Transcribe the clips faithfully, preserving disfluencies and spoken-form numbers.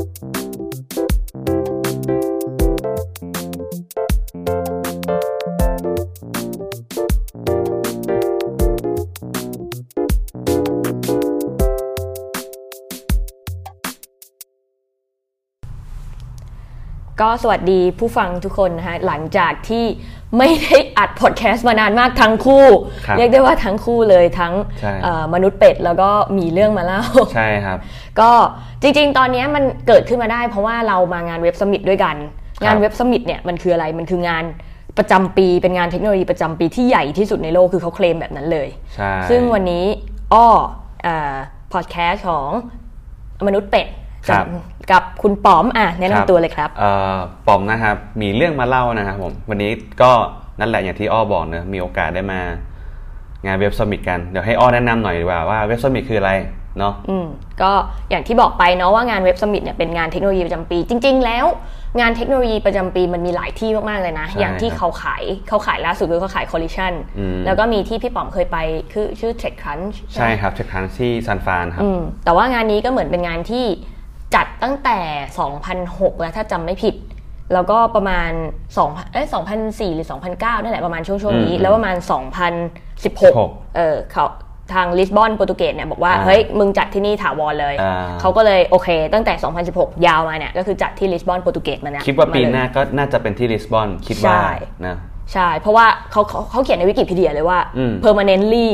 ก็สวัสดีผู้ฟังทุกคนนะคะหลังจากที่ไม่ได้อัดพอดแคสต์มานานมากทั้งคู่เรียกได้ว่าทั้งคู่เลยทั้งมนุษย์เป็ดแล้วก็มีเรื่องมาเล่าใช่ครับก็จริงๆตอนนี้มันเกิดขึ้นมาได้เพราะว่าเรามางานเว็บซัมมิตด้วยกันงานเว็บซัมมิตเนี่ยมันคืออะไรมันคืองานประจำปีเป็นงานเทคโนโลยีประจำปีที่ใหญ่ที่สุดในโลกคือเขาเคลมแบบนั้นเลยซึ่งวันนี้อ้อพอดแคสต์ของมนุษย์เป็ดกับคุณป๋อมอ่ะแนะนำตัวเลยครับป๋อมนะครับมีเรื่องมาเล่านะครับผมวันนี้ก็นั่นแหละอย่างที่อ้อบอกเนอะมีโอกาสได้มางานเว็บซัมมิตกันเดี๋ยวให้อ้อแนะนำหน่อยดีกว่าว่าเว็บซัมมิตคืออะไรเนาะอืมก็อย่างที่บอกไปเนาะว่างานเว็บซัมมิตเนี่ยเป็นงานเทคโนโลยีประจำปีจริงๆแล้วงานเทคโนโลยีประจำปีมันมีหลายที่มากๆเลยนะอย่างที่เขาขายเขาขายล่าสุดคือเขาขาย Collision แล้วก็มีที่พี่ป๋อมเคยไปคือชื่อ TechCrunch ใช่ครับ TechCrunch ที่ซานฟรานครับแต่ว่างานนี้ก็เหมือนเป็นงานที่จัดตั้งแต่สองพันหกแล้วถ้าจำไม่ผิดแล้วก็ประมาณ2เอ้ยสองพันสี่หรือสองพันเก้านั่นแหละประมาณช่วงๆนี้แล้วประมาณสองพันสิบหกเออเขาทางลิสบอนโปรตุเกสเนี่ยบอกว่าเฮ้ยมึงจัดที่นี่ถาวรเลยเขาก็เลยโอเคตั้งแต่สองพันสิบหกยาวมาเนี่ยก็คือจัดที่ลิสบอนโปรตุเกสมาเนี่ยคิดว่าปีหน้าก็น่าจะเป็นที่ลิสบอนคิดว่านะใช่เพราะว่าเขาเขาเขียนในวิกิพีเดียเลยว่า permanently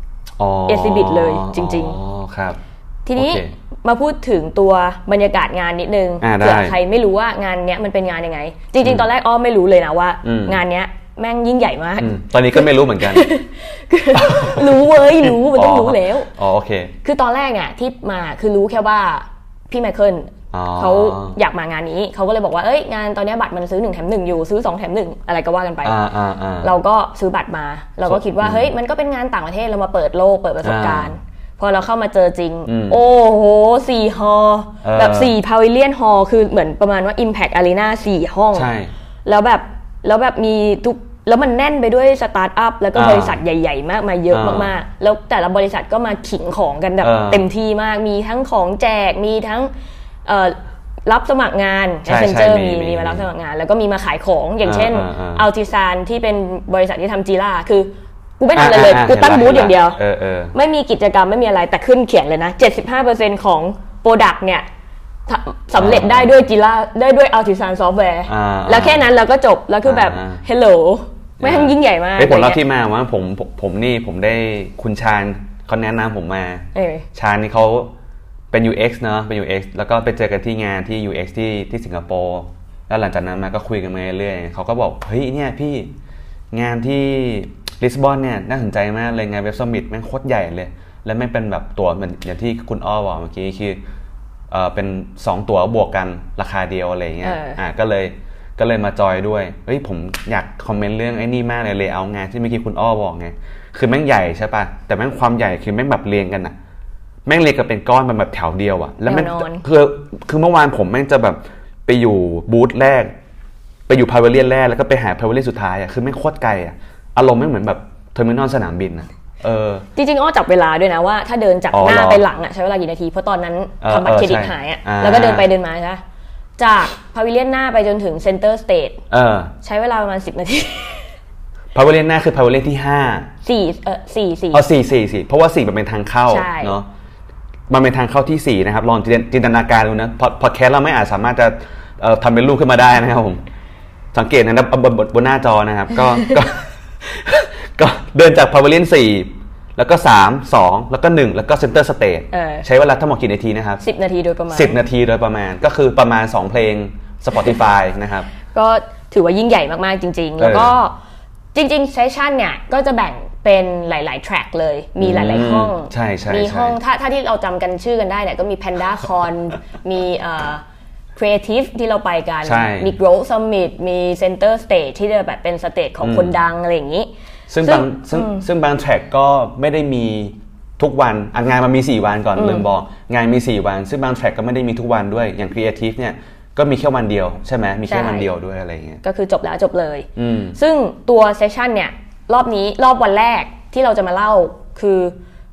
exhibit เลยจริงๆอ๋อครับทีนี้มาพูดถึงตัวบรรยากาศงานนิดนึงเผื่อใครไม่รู้ว่างานเนี้ยมันเป็นงานยังไงจริงๆตอนแรกอ้อไม่รู้เลยนะว่างานเนี้ยแม่งยิ่งใหญ่มากตอนนี้ก็ไม่รู้เหมือนกันรู้เว้ยรู้มันต้องรู้แล้วอ๋อโอเคคือตอนแรกเนี่ยที่มาคือรู้แค่ว่าพี่ไมเคิลเขาอยากมางานนี้เขาก็เลยบอกว่าเอ้ยงานตอนนี้บัตรมันซื้อหนึ่งแถมหนึ่งอยู่ซื้อสองแถมหนึ่งอะไรก็ว่ากันไปเราก็ซื้อบัตรมาเราก็คิดว่าเฮ้ยมันก็เป็นงานต่างประเทศเรามาเปิดโลกเปิดประสบการณ์พอเราเข้ามาเจอจริงโอ้โหสี่ฮอลล์แบบสี่พาวิเลียนฮอลล์คือเหมือนประมาณว่า Impact Arena สี่ห้องแล้วแบบแล้วแบบมีทุกแล้วมันแน่นไปด้วยสตาร์ทอัพแล้วก็บริษัทใหญ่ๆมากมาเยอะมากๆแล้วแต่ละบริษัทก็มาขิงของกันแบบเต็มที่มากมีทั้งของแจกมีทั้งรับสมัครงาน Messenger มีมีมารับสมัครงานแล้วก็มีมาขายของอย่างเช่น Altisan ที่เป็นบริษัทที่ทำจีล่าคือกูไม่ทำอะไรเลยกูตั้งบูธอย่างเดียวไม่มีกิจกรรมไม่มีอะไรแต่ขึ้นเขียนเลยนะ เจ็ดสิบห้าเปอร์เซ็นต์ ของโปรดักต์เนี่ยสำเร็จได้ด้วยจีล่าได้ด้วย Altisan Software แล้วแค่นั้นเราก็จบแล้วคือแบบ Hello ไม่ทั้งยิ่งใหญ่มากเป็นผลลัพธ์ที่มาว่าผมผมนี่ผมได้คุณชาญเขาแนะนำผมมาชาญนี่เขาเป็น ยู เอ็กซ์ เนอะเป็น ยู เอ็กซ์ แล้วก็ไปเจอกันที่งานที่ ยู เอ็กซ์ ที่ที่สิงคโปร์แล้วหลังจากนั้นมาก็คุยกันมาเรื่อยๆเขาก็บอกเฮ้ยเนี่ยพี่งานที่ลิสบอนเนี่ยน่าสนใจมากเลยงานเว็บซัมมิตแม่งโคตรใหญ่เลยแล้วไม่เป็นแบบตั๋วเหมือนอย่างที่คุณอ้อบอกเมื่อกี้คือเอ่อเป็นสองตั๋วบวกกันราคาเดียวอะไรเงี้ยอ่าก็เลยก็เลยมาจอยด้วยเฮ้ยผมอยากคอมเมนต์เรื่องไอ้นี่มากเลยเลเยอร์งานที่เมื่อกี้คุณอ้อบอกไงคือแม่งใหญ่ใช่ป่ะแต่แม่งความใหญ่คือแม่งแบบเรียงกันอะแม่งเรียงกันเป็นก้อนมันแบบแถวเดียวอะแล้วแม่งคือคือเมื่อวานผมแม่งจะแบบไปอยู่บูธแรกไปอยู่พาวิเลียนแรกแล้วก็ไปหาพาวิเลียนสุดท้ายอะคือแม่งโคตรไกลอะอารมณ์ไม่เหมือนแบบเทอร์มินอลสนามบินนะเออจริงๆอ้อจับเวลาด้วยนะว่าถ้าเดินจากหน้าไปหลังอ่ะใช้เวลากี่นาทีเพราะตอนนั้นทำบัตรเครดิตหายอ่ะแล้วก็เดินไปเดินมาใช่จากพาวิเลียนหน้าไปจนถึงเซ็นเตอร์สเตทใช้เวลาประมาณสิบนาทีพาวิเลียนหน้าคือพาวิเลียนที่ห้าสี่เอ่อสี่ สี่อ๋อสี่ สี่ สี่เพราะว่าสี่มันเป็นทางเข้าเนาะมันเป็นทางเข้าที่สี่นะครับลองจินตนาการดูนะพอดแคสต์เราไม่อาจสามารถจะทำเป็นรูปขึ้นมาได้นะครับผมสังเกตนะครับบนบนหน้าจอนะครับก็ก็เดินจากพาวิเลียนสี่แล้วก็สาม สองแล้วก็หนึ่งแล้วก็เซ็นเตอร์สเตจใช้เวลาทั้งหมดกี่นาทีนะครับสิบนาทีโดยประมาณสิบนาทีโดยประมาณก็คือประมาณสองเพลง Spotify นะครับก็ถือว่ายิ่งใหญ่มากๆจริงๆแล้วก็จริงๆเซสชั่นเนี่ยก็จะแบ่งเป็นหลายๆแทร็กเลยมีหลายๆห้องใช่ๆมีห้องถ้าถ้าที่เราจำกันชื่อกันได้เนี่ยก็มี PandaCon มีเอ่อCreative ที่เราไปกันมี Growth Summit มี Center Stage ที่จะแบบเป็นสเตจของคนดังอะไรอย่างนี้ซึ่งบางซึ่งซึ่งบางแทร็กก็ไม่ได้มีทุกวันงานมันมีสี่วันก่อนลืมบอกงานมีสี่วันซึ่งบางแทร็กก็ไม่ได้มีทุกวันด้วยอย่าง Creative เนี่ยก็มีแค่วันเดียวใช่ไหมมีแค่วันเดียวด้วยอะไรอย่างเงี้ยก็คือจบแล้วจบเลยซึ่งตัวเซสชั่นเนี่ยรอบนี้รอบวันแรกที่เราจะมาเล่าคือ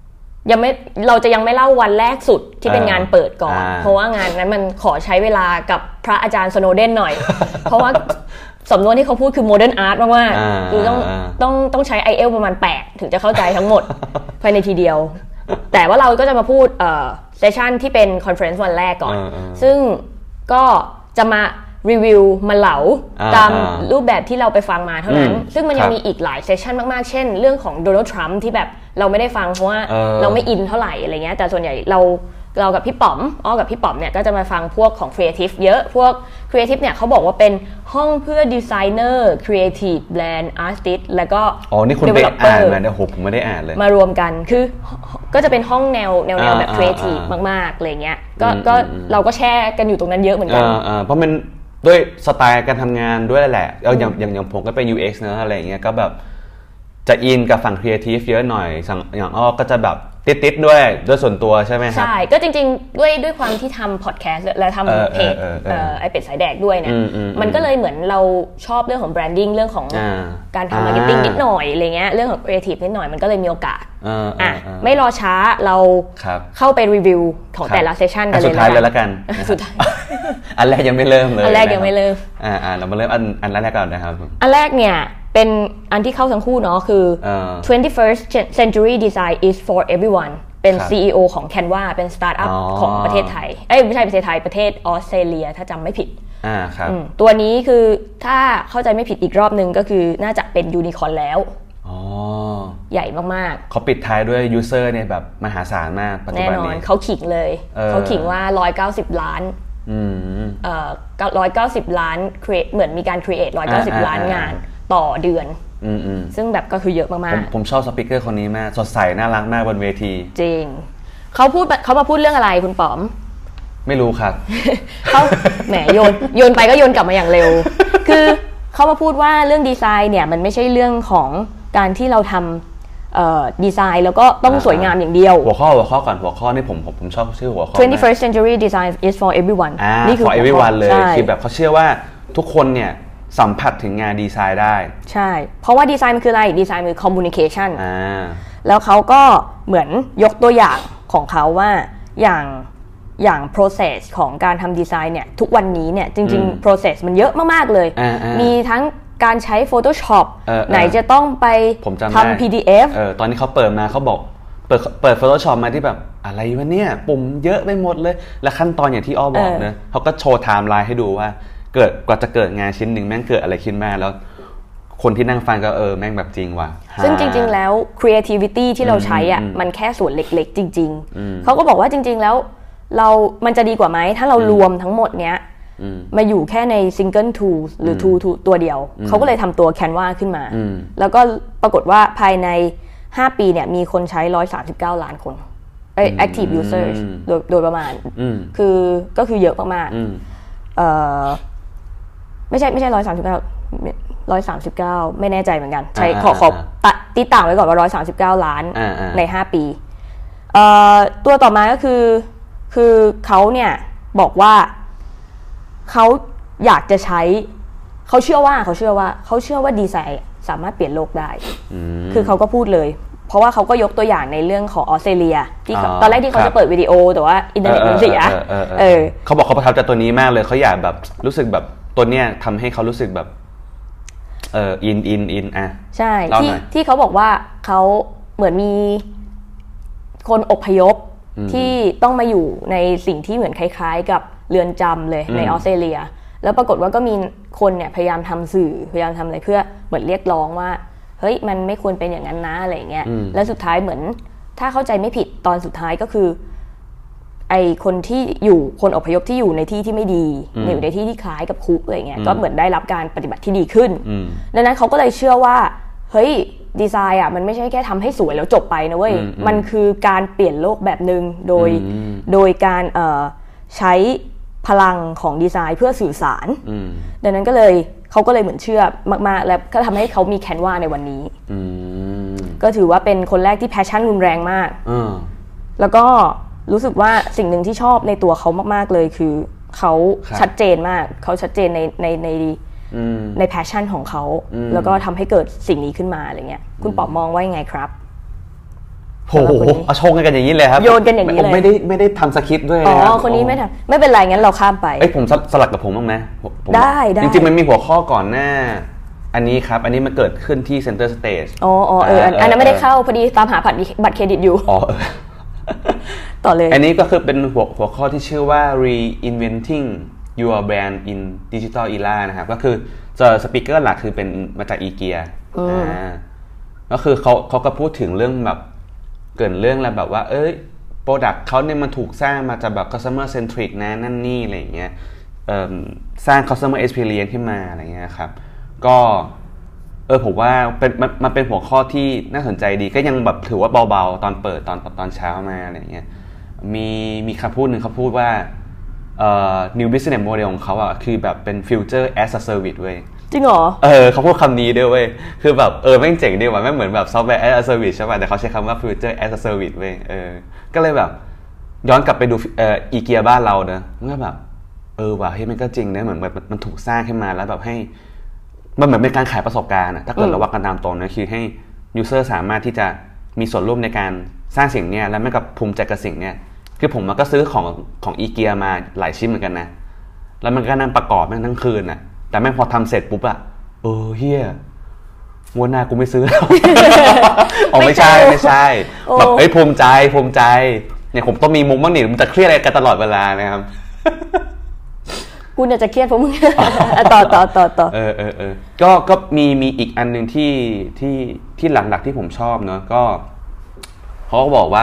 ยังไม่เราจะยังไม่เล่าวันแรกสุดที่เป็นงานเปิดก่อนเพราะว่างานนั้นมันขอใช้เวลากับพระอาจารย์สโนเดนหน่อย เพราะว่าสำนวนที่เขาพูดคือโมเดิร์นอาร์ตมากๆคือต้องต้องต้องใช้ ไอ เอล ประมาณแปดถึงจะเข้าใจทั้งหมดภายในทีเดียวแต่ว่าเราก็จะมาพูดเอ่อเซสชั่นที่เป็นคอนเฟอเรนซ์วันแรกก่อนซึ่งก็จะมารีวิวมาเหลาตามรูปแบบที่เราไปฟังมาเท่านั้นซึ่งมันยังมีอีกหลายเซสชั่นมากๆเช่นเรื่องของโดนัลด์ทรัมป์ที่แบบเราไม่ได้ฟังเพราะว่าเราไม่อินเท่าไหร่อะไรเงี้ยแต่ส่วนใหญ่เราเรากับพี่ป๋อมอ้อกับพี่ป๋อมเนี่ยก็จะมาฟังพวกของครีเอทีฟเยอะพวกครีเอทีฟเนี่ยเขาบอกว่าเป็นห้องเพื่อดีไซเนอร์ครีเอทีฟแบรนด์อาร์ติสต์แล้วก็อ๋อนี่คุณไปอ่านมาเนี่ยโหผมไม่ได้อ่านเลยมารวมกันคือก็จะเป็นห้องแนวแนวแนวแบบครีเอทีฟมากๆอะไรเงี้ยก็ก็เราก็แชร์กันอยู่ตรงนั้นเยอะเหมือนกันเพราะมันด้วยสไตล์การทำงานด้วยแหละเอาอย่างอย่างอย่างผมก็เป็น ยู เอ็กซ์ เนอะอะไรอย่างเงี้ยก็แบบจะอินกับฝั่งครีเอทีฟเยอะหน่อยอย่างอ้อก็จะแบบติดๆด้วยด้วยส่วนตัวใช่ไหมครับใช่ก็จริงๆด้วยด้วยความที่ทำพอดแคสต์และทำเพจไอเป็ดสายแดกด้วยเนี่ยมันก็เลยเหมือนเราชอบเรื่องของแบรนดิ้งเรื่องของการทำมาร์เก็ตติ้งนิดหน่อยอะไรเงี้ยเรื่องของครีเอทีฟนิดหน่อยมันก็เลยมีโอกาสอ่ะไม่รอช้าเราเข้าไปรีวิวของแต่ละเซสชันกันเลยสุดท้ายเลยแล้วกันสุดท้ายอันแรกยังไม่เริ่มเลยอันแรกยังไม่เริ่มอ่าเรามาเริ่มอันอันแรกก่อนนะครับอันแรกเนี่ยเป็นอันที่เข้าทั้งคู่เนาะคือ twenty-first century design is for everyone เป็น ซี อี โอ ของ Canva เป็นสตาร์ทอัพของประเทศไทยเอ้ยไม่ใช่ประเทศไทยประเทศออสเตรเลียถ้าจำไม่ผิดอ่าครับตัวนี้คือถ้าเข้าใจไม่ผิดอีกรอบนึงก็คือน่าจะเป็นยูนิคอร์นแล้วอ๋อใหญ่มากๆเขาปิดท้ายด้วยยูเซอร์เนี่ยแบบมหาศาลมากปัจจุบันนี้แน่นอนเขาขิงเลยเขาขิงว่าหนึ่งร้อยเก้าสิบล้านอืมเอ่อหนึ่งร้อยเก้าสิบล้านครีเอทเหมือนมีการครีเอทหนึ่งร้อยเก้าสิบล้านงานต่อเดือนซึ่งแบบก็คือเยอะมากๆผมชอบสปีกเกอร์คนนี้มากสดใสน่ารักมากบนเวทีจริงเขาพูดเขามาพูดเรื่องอะไรคุณป๋อมไม่รู้ครับเขาแหมโยนโยนไปก็โยนกลับมาอย่างเร็วคือเขามาพูดว่าเรื่องดีไซน์เนี่ยมันไม่ใช่เรื่องของการที่เราทำดีไซน์แล้วก็ต้องสวยงามอย่างเดียวหัวข้อหัวข้อก่อนหัวข้อนี่ผมผมชอบชื่อหัวข้อ twenty-first century design is for everyone นี่คือ for everyone เลยคือแบบเขาเชื่อว่าทุกคนเนี่ยสัมผัสถึงงานดีไซน์ได้ใช่เพราะว่าดีไซน์มันคืออะไรดีไซน์มันคือ communication อ่าแล้วเขาก็เหมือนยกตัวอย่างของเขาว่าอย่างอย่าง process ของการทำดีไซน์เนี่ยทุกวันนี้เนี่ยจริงๆ process มันเยอะมากๆเลยมีทั้งการใช้ Photoshop ไหนจะต้องไปทำ พี ดี เอฟเออตอนนี้เขาเปิดมาเขาบอกเปิดเปิด Photoshop มาที่แบบอะไรวะเนี่ยปุ่มเยอะไปหมดเลยและขั้นตอนอย่างที่อ้อบอกนะเขาก็โชว์ไทม์ไลน์ให้ดูว่าเกิดกว่าจะเกิดงานชิ้นหนึ่งแม่งเกิดอะไรขึ้นมาแล้วคนที่นั่งฟังก็เออแม่งแบบจริงว่ะซึ่งจริงๆแล้ว creativity ที่เราใช้อ่ะมันแค่ส่วนเล็กๆจริงๆเขาก็บอกว่าจริงๆแล้วเรามันจะดีกว่าไหมถ้าเรารวมทั้งหมดเนี้ยมาอยู่แค่ใน single tool หรือ tool ตัวเดียวเขาก็เลยทำตัว Canva ขึ้นมาแล้วก็ปรากฏว่าภายในห้าปีเนี่ยมีคนใช้หนึ่งร้อยสามสิบเก้าล้านคนเอ้ย active users โดยโดยประมาณคือก็คือเยอะมากๆเอ่อไม่ใช่ไม่ใช่หนึ่งร้อยสามสิบเก้า หนึ่งร้อยสามสิบเก้าไม่แน่ใจเหมือนกันใช้ขอขอตีต่างไว้ก่อนว่าหนึ่งร้อยสามสิบเก้าล้านในห้าปีเอ่อตัวต่อมาก็คือคือเขาเนี่ยบอกว่าเขาอยากจะใช้เขาเชื่อว่าเขาเชื่อว่าเขาเชื่อว่าดีไซน์สามารถเปลี่ยนโลกได้คือเขาก็พูดเลยเพราะว่าเขาก็ยกตัวอย่างในเรื่องของออสเตรเลียที่ตอนแรกที่เขาจะเปิดวิดีโอแต่ว่าอินเทอร์เน็ตมันเสียเออเขาบอกเขาประทับใจตัวนี้มากเลยเขาอยากแบบรู้สึกแบบตัวเนี้ยทำให้เขารู้สึกแบบเอออินอินอินอ่ะใช่ที่ที่เขาบอกว่าเขาเหมือนมีคนอพยพที่ต้องมาอยู่ในสิ่งที่เหมือนคล้ายๆกับเรือนจำเลยในออสเตรเลียแล้วปรากฏว่าก็มีคนเนี่ยพยายามทำสื่อพยายามทำอะไรเพื่อเหมือนเรียกร้องว่าเฮ้ยมันไม่ควรเป็นอย่างนั้นนะอะไรเงี้ยแล้วสุดท้ายเหมือนถ้าเข้าใจไม่ผิดตอนสุดท้ายก็คือไอคนที่อยู่คนอพยพที่อยู่ในที่ที่ไม่ดีอยู่ในที่ที่คล้ายกับคุกอะไรเงี้ยก็เหมือนได้รับการปฏิบัติที่ดีขึ้นดังนั้นเขาก็เลยเชื่อว่าเฮ้ยดีไซน์อ่ะมันไม่ใช่แค่ทำให้สวยแล้วจบไปนะเว้ยมันคือการเปลี่ยนโลกแบบนึงโดยโดยการเอ่อใช้พลังของดีไซน์เพื่อสื่อสารดังนั้นก็เลยเขาก็เลยเหมือนเชื่อมากๆแล้วก็ทำให้เขามี Canva ในวันนี้ก็ถือว่าเป็นคนแรกที่แพชชั่นรุนแรงมากแล้วก็รู้สึกว่าสิ่งหนึ่งที่ชอบในตัวเขามากๆเลยคือเขาชัดเจนมากเขาชัดเจนในในในในแพชชั่นของเขาแล้วก็ทำให้เกิดสิ่งนี้ขึ้นมาอะไรเงี้ยคุณป๋อมมองว่ายังไงครับโหเอาชงกันอย่างนี้เลยครับโยนกันอย่างนี้เลยไม่ได้ไม่ได้ทำสคริปต์ด้วยอ๋อคนนี้ไม่ทำไม่เป็นไรงั้นเราข้ามไปเอ้ยผมสลับกับผมบ้างไหมได้ได้จริงๆมันมีหัวข้อก่อนหน้าอันนี้ครับอันนี้มันเกิดขึ้นที่ Center Stage อ๋อเอออันนั้นไม่ได้เข้าพอดีตามหาบัตรบัตรเครดิตอยู่อ๋อต่อเลยอันนี้ก็คือเป็นหัวหัวข้อที่ชื่อว่า reinventing your brand in digital era นะครับก็คือจะสปีกเกอร์หลักคือเป็นมาจากอีเกียอ่าก็คือเขาเขาก็พูดถึงเรื่องแบบเกิดเรื่องอะไรแบบว่าเอ้ยโปรดักต์เขาเนี่ยมันถูกสร้างมาจากแบบ customer centric นะนั่นนี่อะไรอย่างเงี้ยสร้าง customer experience ขึ้นมาอะไรเงี้ยครับก็เออผมว่าเป็นมันมันเป็นหัวข้อที่น่าสนใจดีก็ยังแบบถือว่าเบาๆตอนเปิดตอนตอนเช้ามาอะไรเงี้ยมีมีคำพูดหนึ่งเขาพูดว่าเอ่อ new business model ของเขาอ่ะคือแบบเป็น future as a service เว้ยจริงเหรอเออเขาพูดคำนี้ด้วยเว้ยคือแบบเออแม่งเจ๋งดีว่ะไม่เหมือนแบบ software as a service ใช่ป่ะแต่เขาใช้คำว่า future as a service เว้ยเออก็เลยแบบย้อนกลับไปดูเอ่ออีเกียบ้านเราเนอะมันก็แบบเออว่ะเฮ้ยมันก็จริงนะเหมือนแบบมันถูกสร้างขึ้นมาแล้วแบบให้มันเหมือนเป็นการขายประสบการณ์อะถ้าเกิดเราว่ากันตามตรงนะคือให้ user สามารถที่จะมีส่วนร่วมในการสร้างสิ่งเนี้ยแล้วไม่กับภูมิใจกับสิ่งเนี้ยคือผมมันก็ซื้อของของอีเกียมาหลายชิ้นเหมือนกันนะแล้วมันก็นั่งประกอบแม่งทั้งคืนอะแต่แม่งพอทำเสร็จปุ๊บอะเออเฮียงวดหน้ากูไม่ซื้อแล้วอ๋อไม่ใช่ไม่ใช่แบบเอ้ยภูมิใจภูมิใจเนี่ยผมต้องมีมุมบ้างนี่มันจะเครียดอะไรกันตลอดเวลานะครับกูเนี่ยจะเครียดเพราะมึงต่อต่อต่อต่อเออเออเออก็ก็มีมีอีกอันนึงที่ที่ที่หลักๆที่ผมชอบเนาะก็เขาก็บอกว่า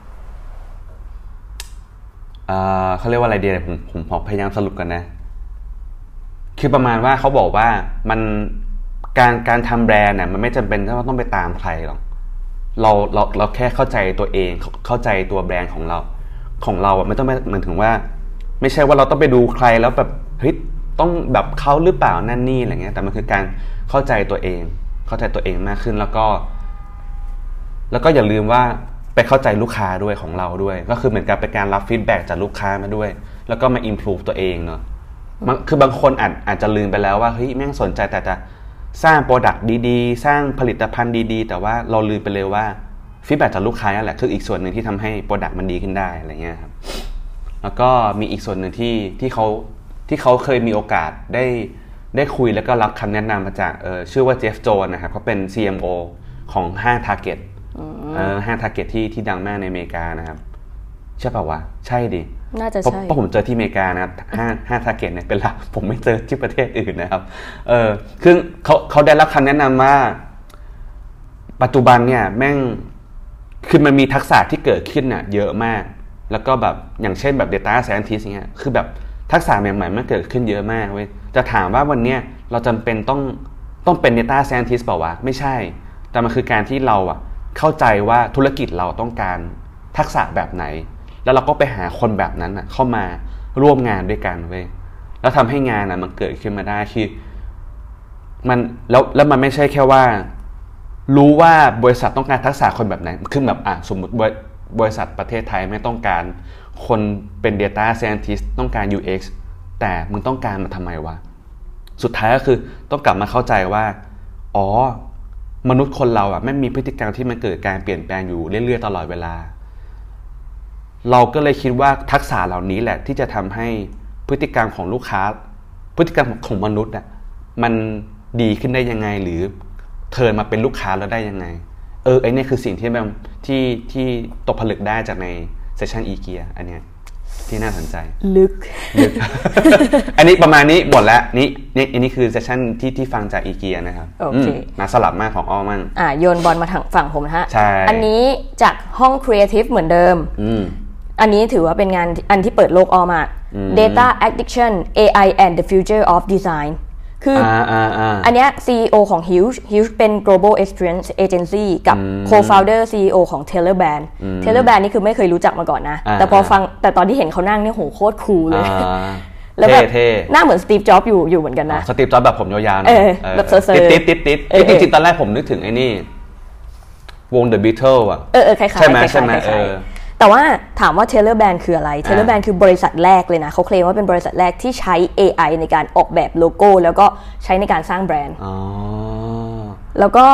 เออเขาเรียกว่าอะไรดีผมผมพยายามสรุปกันนะคือประมาณว่าเขาบอกว่ามันการการทำแบรนด์น่ะมันไม่จำเป็นที่ว่าต้องไปตามใครหรอกเราเราเราแค่เข้าใจตัวเองเข้าใจตัวแบรนด์ของเราของเราอ่ะไม่ต้องเหมือนถึงว่าไม่ใช่ว่าเราต้องไปดูใครแล้วแบบเฮ้ยต้องแบบเขาหรือเปล่านั่นนี่อะไรเงี้ยแต่มันคือการเข้าใจตัวเองเข้าใจตัวเองมากขึ้นแล้วก็แล้วก็อย่าลืมว่าไปเข้าใจลูกค้าด้วยของเราด้วยก็คือเหมือนกับเป็นการรับฟีดแบ็กจากลูกค้ามาด้วยแล้วก็มาอิมพรูฟตัวเองเนาะคือบางคนอาจอาจจะลืมไปแล้วว่าเฮ้ยแม่งสนใจแต่จะสร้างโปรดักต์ดีๆสร้างผลิตภัณฑ์ดีๆแต่ว่าเราลืมไปเลยว่าฟีดแบ็กจากลูกค้านั่นแหละคืออีกส่วนหนึ่งที่ทำให้โปรดักต์มันดีขึ้นได้อะไรเงี้ยครับแล้วก็มีอีกส่วนหนึ่งที่ที่เขาที่เขาเคยมีโอกาสได้ได้คุยแล้วก็รับคำแนะนำมาจากเออชื่อว่าเจฟโจนนะครับเขาเป็น ซี เอ็ม โอ ของห้าง Target เออห้าง Target ที่ที่ดังมากในอเมริกานะครับใช่ป่าววะใช่ดิน่าจะใช่เพราะผมเจอที่อเมริกานะห้างห้าง Target เนี่ยเป็นหลักผมไม่เจอที่ประเทศอื่นนะครับเออคือเขาเขาได้รับคำแนะนำว่าปัจจุบันเนี่ยแม่งคือมันมีทักษะที่เกิดขึ้นน่ะเยอะมากแล้วก็แบบอย่างเช่นแบบ data scientist อย่างเงี้ยคือแบบทักษะใหม่ๆมันเกิดขึ้นเยอะมากเว้ยจะถามว่าวันเนี้ยเราจำเป็นต้องต้องเป็น data scientist เปล่าวะไม่ใช่แต่มันคือการที่เราอะเข้าใจว่าธุรกิจเราต้องการทักษะแบบไหนแล้วเราก็ไปหาคนแบบนั้นอะเข้ามาร่วมงานด้วยกันเว้ยแล้วทำให้งานอะมันเกิดขึ้นมาได้คือมันแล้วแล้วมันไม่ใช่แค่ว่ารู้ว่าบริษัทต้องการทักษะคนแบบไหนคือแบบอ่ะสมมติบริษัทประเทศไทยไม่ต้องการคนเป็น data scientist ต้องการ ยู เอ็กซ์ แต่มึงต้องการมาทำไมวะสุดท้ายก็คือต้องกลับมาเข้าใจว่าอ๋อมนุษย์คนเราอ่ะไม่มีพฤติกรรมที่มันเกิดการเปลี่ยนแปลงอยู่เรื่อยๆตลอดเวลาเราก็เลยคิดว่าทักษะเหล่านี้แหละที่จะทำให้พฤติกรรมของลูกค้าพฤติกรรมของมนุษย์อ่ะมันดีขึ้นได้ยังไงหรือเทิร์นมาเป็นลูกค้าแล้วได้ยังไงเออไอเนี่ยคือสิ่งที่แบบที่ที่ตกผลึกได้จากในเซสชั่นอีเกียอันเนี้ยที่น่าสนใจลึกลึก อันนี้ประมาณนี้หมดแล้วนี่นี่อันนี้คือเซสชั่นที่ที่ฟังจากอีเกียนะครับโอเคมาสลับมากของอ้อมั่งอ่าโยนบอลมาทางฝั่งผมนะฮะใช่อันนี้จากห้องครีเอทีฟเหมือนเดิมอืมอันนี้ถือว่าเป็นงานอันที่เปิดโลกอ้อมาก Data Addiction เอ ไอ and the Future of Designคือ อ, อันเนี้ย ซี อี โอ ของ Huge Huge เป็น Global Experience Agency กับ Co-founder ซี อี โอ ของ Taylor Brand Taylor Brand นี่คือไม่เคยรู้จักมาก่อนนะแต่พอฟังแต่ตอนที่เห็นเขานั่งเนี่ยโหโคตรคูลเลยแล้วแบบหน้าเหมือนสตีฟจ็อบส์อยู่อยู่เหมือนกันนะสตีฟจ็อบส์แบบผมยาวๆเออแบบเซอร์ๆติดติดติดติดจริงๆตอนแรกผมนึกถึงไอ้นี่วง The Beatles อ่ะเออๆคล้ายๆใช่ไหมใช่ไหมเออแต่ว่าถามว่า Taylor Brand คืออะไร Taylor Brand คือบริษัทแรกเลยนะเขาเคลมว่าเป็นบริษัทแรกที่ใช้ เอ ไอ ในการออกแบบโลโก้แล้วก็ใช้ในการสร้างแบรนด์อ๋อแล้วก็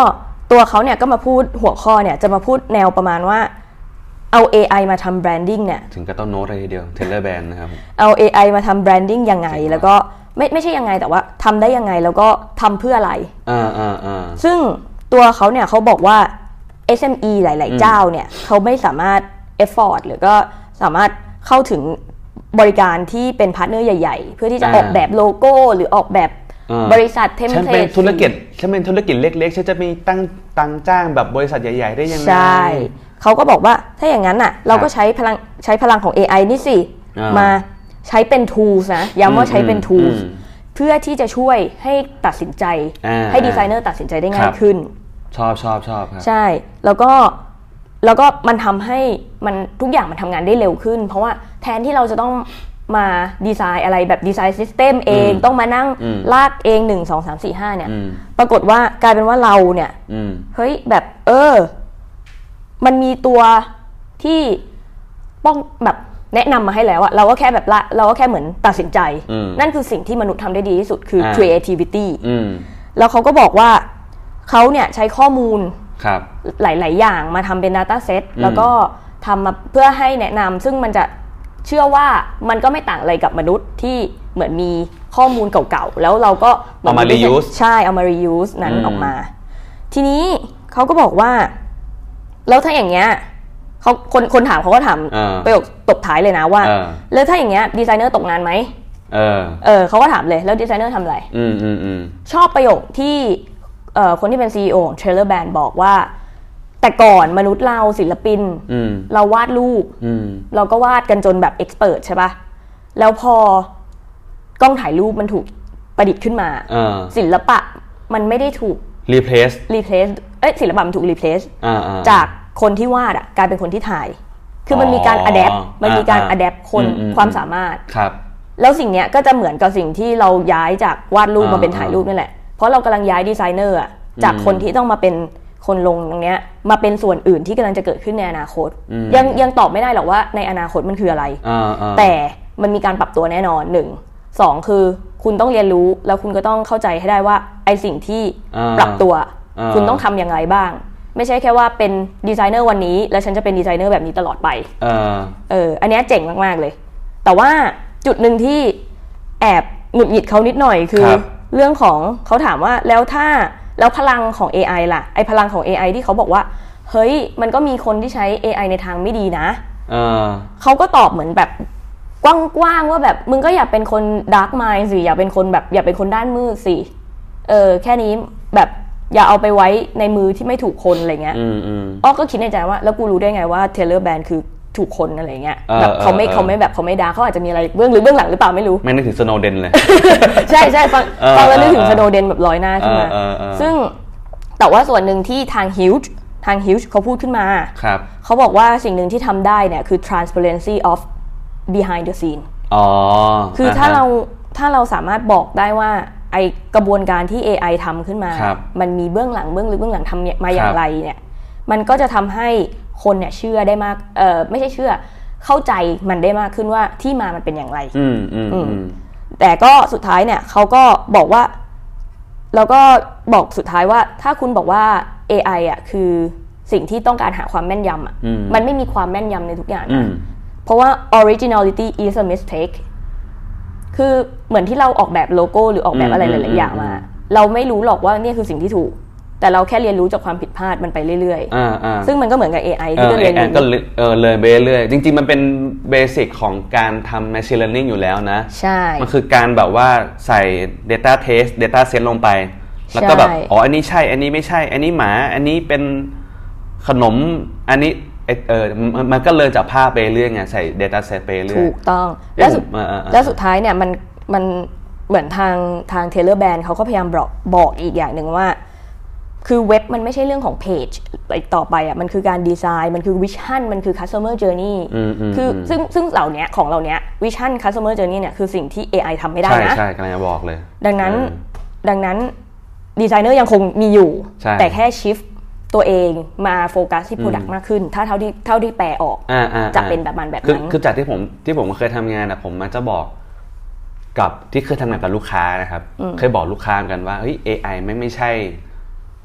ตัวเขาเนี่ยก็มาพูดหัวข้อเนี่ยจะมาพูดแนวประมาณว่าเอา เอ ไอ มาทำแบรนดิ้งเนี่ยถึงก็ต้องโน้ตอะไรทีเดียวเทเลอร์แบรนด์นะครับเอา เอ ไอ มาทำแบรนดิ้งยังไงแล้วก็ไม่ไม่ใช่ยังไงแต่ว่าทำได้ยังไงแล้วก็ทำเพื่ออะไรอ่าอ่าอ่าซึ่งตัวเขาเนี่ยเขาบอกว่า เอส เอ็ม อี หลายๆเจ้าเนี่ยเขาไม่สามารถ afford หรือก็สามารถเข้าถึงบริการที่เป็นพาร์ทเนอร์ใหญ่ๆเพื่อที่จะออกแบบโลโก้หรือออกแบบบริษัทเทมเพลตฉันเป็นธุรกิจฉันเป็นธุรกิจเล็กๆฉันจะมีตั้งตังจ้างแบบบริษัทใหญ่ๆได้ยังไงใช่เขาก็บอกว่าถ้าอย่างนั้นน่ะเราก็ใช้พลังใช้พลังของ เอ ไอ นี่สิมาใช้เป็น tools นะย้ำว่าใช้เป็น tools เพื่อที่จะช่วยให้ตัดสินใจให้ดีไซเนอร์ตัดสินใจได้ง่ายขึ้นชอบชอบชอบครับใช่แล้วก็แล้วก็มันทำให้มันทุกอย่างมันทำงานได้เร็วขึ้นเพราะว่าแทนที่เราจะต้องมาดีไซน์อะไรแบบดีไซน์ซิสเต็มเองต้องมานั่งลากเองหนึ่ง สอง สาม สี่ ห้าเนี่ยปรากฏว่ากลายเป็นว่าเราเนี่ยเฮ้ยแบบเออมันมีตัวที่ป้องแบบแนะนำมาให้แล้วอะเราก็แค่แบบละเราก็แค่เหมือนตัดสินใจนั่นคือสิ่งที่มนุษย์ทำได้ดีที่สุดคือ creativity แล้วเขาก็บอกว่าเขาเนี่ยใช้ข้อมูลหลายๆอย่างมาทำเป็น data set แล้วก็ทำมาเพื่อให้แนะนำซึ่งมันจะเชื่อว่ามันก็ไม่ต่างอะไรกับมนุษย์ที่เหมือนมีข้อมูลเก่าๆแล้วเราก็เอามา reuse ใช่เอามา reuse นั้นออกมาทีนี้เขาก็บอกว่าแล้วถ้าอย่างเงี้ยเขาคนคนถามเขาก็ถามประโยคตบท้ายเลยนะว่าแล้วถ้าอย่างเงี้ยดีไซเนอร์ตกงานไหมเออเออเขาก็ถามเลยแล้วดีไซเนอร์ทำอะไรอืมอืมอืมชอบประโยคที่เอ่อคนที่เป็น ซี อี โอ ของ Trailer Band บอกว่าแต่ก่อนมนุษย์เราศิลปินเราวาดรูปเราก็วาดกันจนแบบเอ็กซ์เพิร์ทใช่ป่ะแล้วพอกล้องถ่ายรูปมันถูกประดิษฐ์ขึ้นมาศิลปะมันไม่ได้ถูก replace replace เอ้ยศิลปะมันถูก replace จากคนที่วาดอ่ะกลายเป็นคนที่ถ่ายคือมันมีการ adapt มันมีการ adapt คนความสามารถครับแล้วสิ่งเนี้ยก็จะเหมือนกับสิ่งที่เราย้ายจากวาดรูปมาเป็นถ่ายรูปนี่แหละเพราะเรากำลังย้ายดีไซเนอร์อ่ะจากคนที่ต้องมาเป็นคนลงตรงเนี้ยมาเป็นส่วนอื่นที่กำลังจะเกิดขึ้นในอนาคตยังยังตอบไม่ได้หรอกว่าในอนาคตมันคืออะไรแต่มันมีการปรับตัวแน่นอนหนึ่งสองคือคุณต้องเรียนรู้แล้วคุณก็ต้องเข้าใจให้ได้ว่าไอสิ่งที่ปรับตัวคุณต้องทำอย่างไรบ้างไม่ใช่แค่ว่าเป็นดีไซเนอร์วันนี้แล้วฉันจะเป็นดีไซเนอร์แบบนี้ตลอดไปเออเอออันนี้เจ๋งมากๆเลยแต่ว่าจุดหนึ่งที่แอบหงุดหงิดเขานิดหน่อยคือเรื่องของเขาถามว่าแล้วถ้าแล้วพลังของ เอ ไอ ล่ะไอพลังของ เอ ไอ ที่เขาบอกว่าเฮ้ยมันก็มีคนที่ใช้ เอ ไอ ในทางไม่ดีนะเออเขาก็ตอบเหมือนแบบกว้างๆว่าแบบมึงก็อย่าเป็นคนดาร์กไมน์สิอย่าเป็นคนแบบอย่าเป็นคนด้านมืดสิเออแค่นี้แบบอย่าเอาไปไว้ในมือที่ไม่ถูกคนอะไรเงี้ยอ้อก็คิดในใจว่าแล้วกูรู้ได้ไงว่า Trailer Band คือถูกคนอะไรเงี้ยแบบเขาไม่เขาไม่แบบเขาไม่ด่าเขาอาจจะมีอะไรเบื้องหรือเบื้องหลังหรือเปล่าไม่รู้ไม่นึกถึงสโนว์เดนเลยใช่ใช่ฟังฟังแล้วนึกถึงสโนว์เดนแบบลอยหน้าขึ้นมาซึ่งแต่ว่าส่วนหนึ่งที่ทางฮิวจ์ทางฮิวจ์เขาพูดขึ้นมาเขาบอกว่าสิ่งหนึ่งที่ทำได้เนี่ยคือ transparency of behind the scene อ๋อคือถ้าเราถ้าเราสามารถบอกได้ว่าไอกระบวนการที่ เอ ไอ ทำขึ้นมามันมีเบื้องหลังเบื้องลึกเบื้องหลังทำมาอย่างไรเนี่ยมันก็จะทำให้คนเนี่ยเชื่อได้มากเออไม่ใช่เชื่อเข้าใจมันได้มากขึ้นว่าที่มามันเป็นอย่างไรอืมอืมอืมแต่ก็สุดท้ายเนี่ยเขาก็บอกว่าแล้วก็บอกสุดท้ายว่าถ้าคุณบอกว่า เอ ไอ อ่ะคือสิ่งที่ต้องการหาความแม่นยำอ่ะมันไม่มีความแม่นยำในทุกอย่างนะเพราะว่า originality is a mistake คือเหมือนที่เราออกแบบโลโก้หรือออกแบบอะไรหลายๆอย่างมาเราไม่รู้หรอกว่านี่คือสิ่งที่ถูกแต่เราแค่เรียนรู้จากความผิดพลาดมันไปเรื่อยๆซึ่งมันก็เหมือนกับ เอ ไอ ที่ก็เรียนรู้ก็เออเลยไปเรื่อยๆจริงๆมันเป็นเบสิกของการทำ machine learning อยู่แล้วนะใช่มันคือการแบบว่าใส่ data test data set ลงไปแล้วก็แบบอ๋ออันนี้ใช่อันนี้ไม่ใช่อันนี้หมาอันนี้เป็นขนมอันนี้เออมันก็เลยจากภาพไปเรื่อยไงใส่ data set ไปเรื่อยถูกต้องแล้วสุดแล้วสุดท้ายเนี่ยมันมันเหมือนทางทาง Trailer Band เขาก็พยายามบอกบอกอีกอย่างหนึ่งว่าคือเว็บมันไม่ใช่เรื่องของเพจอีกต่อไปอ่ะมันคือการดีไซน์มันคือวิชั่นมันคือ customer journey คือซึ่งซึ่งเหล่านี้ของเราเนี้ยวิชั่น customer journey เนี่ยคือสิ่งที่ เอ ไอ ทำไม่ได้นะใช่ใช่กำลังจะบอกเลยดังนั้นดังนั้นดีไซเนอร์ยังคงมีอยู่แต่แค่ shift ตัวเองมาโฟกัสที่ product มากขึ้นถ้าเท่าที่เท่าที่แปลออกจะเป็นแบบมันแบบนั้นคือจากที่ผมที่ผมเคยทำงานนะผมมันจะบอกกับที่เคยทำงานกับลูกค้านะครับเคยบอกลูกค้ากันว่าเฮ้ย เอ ไอ ไม่ไม่ใช่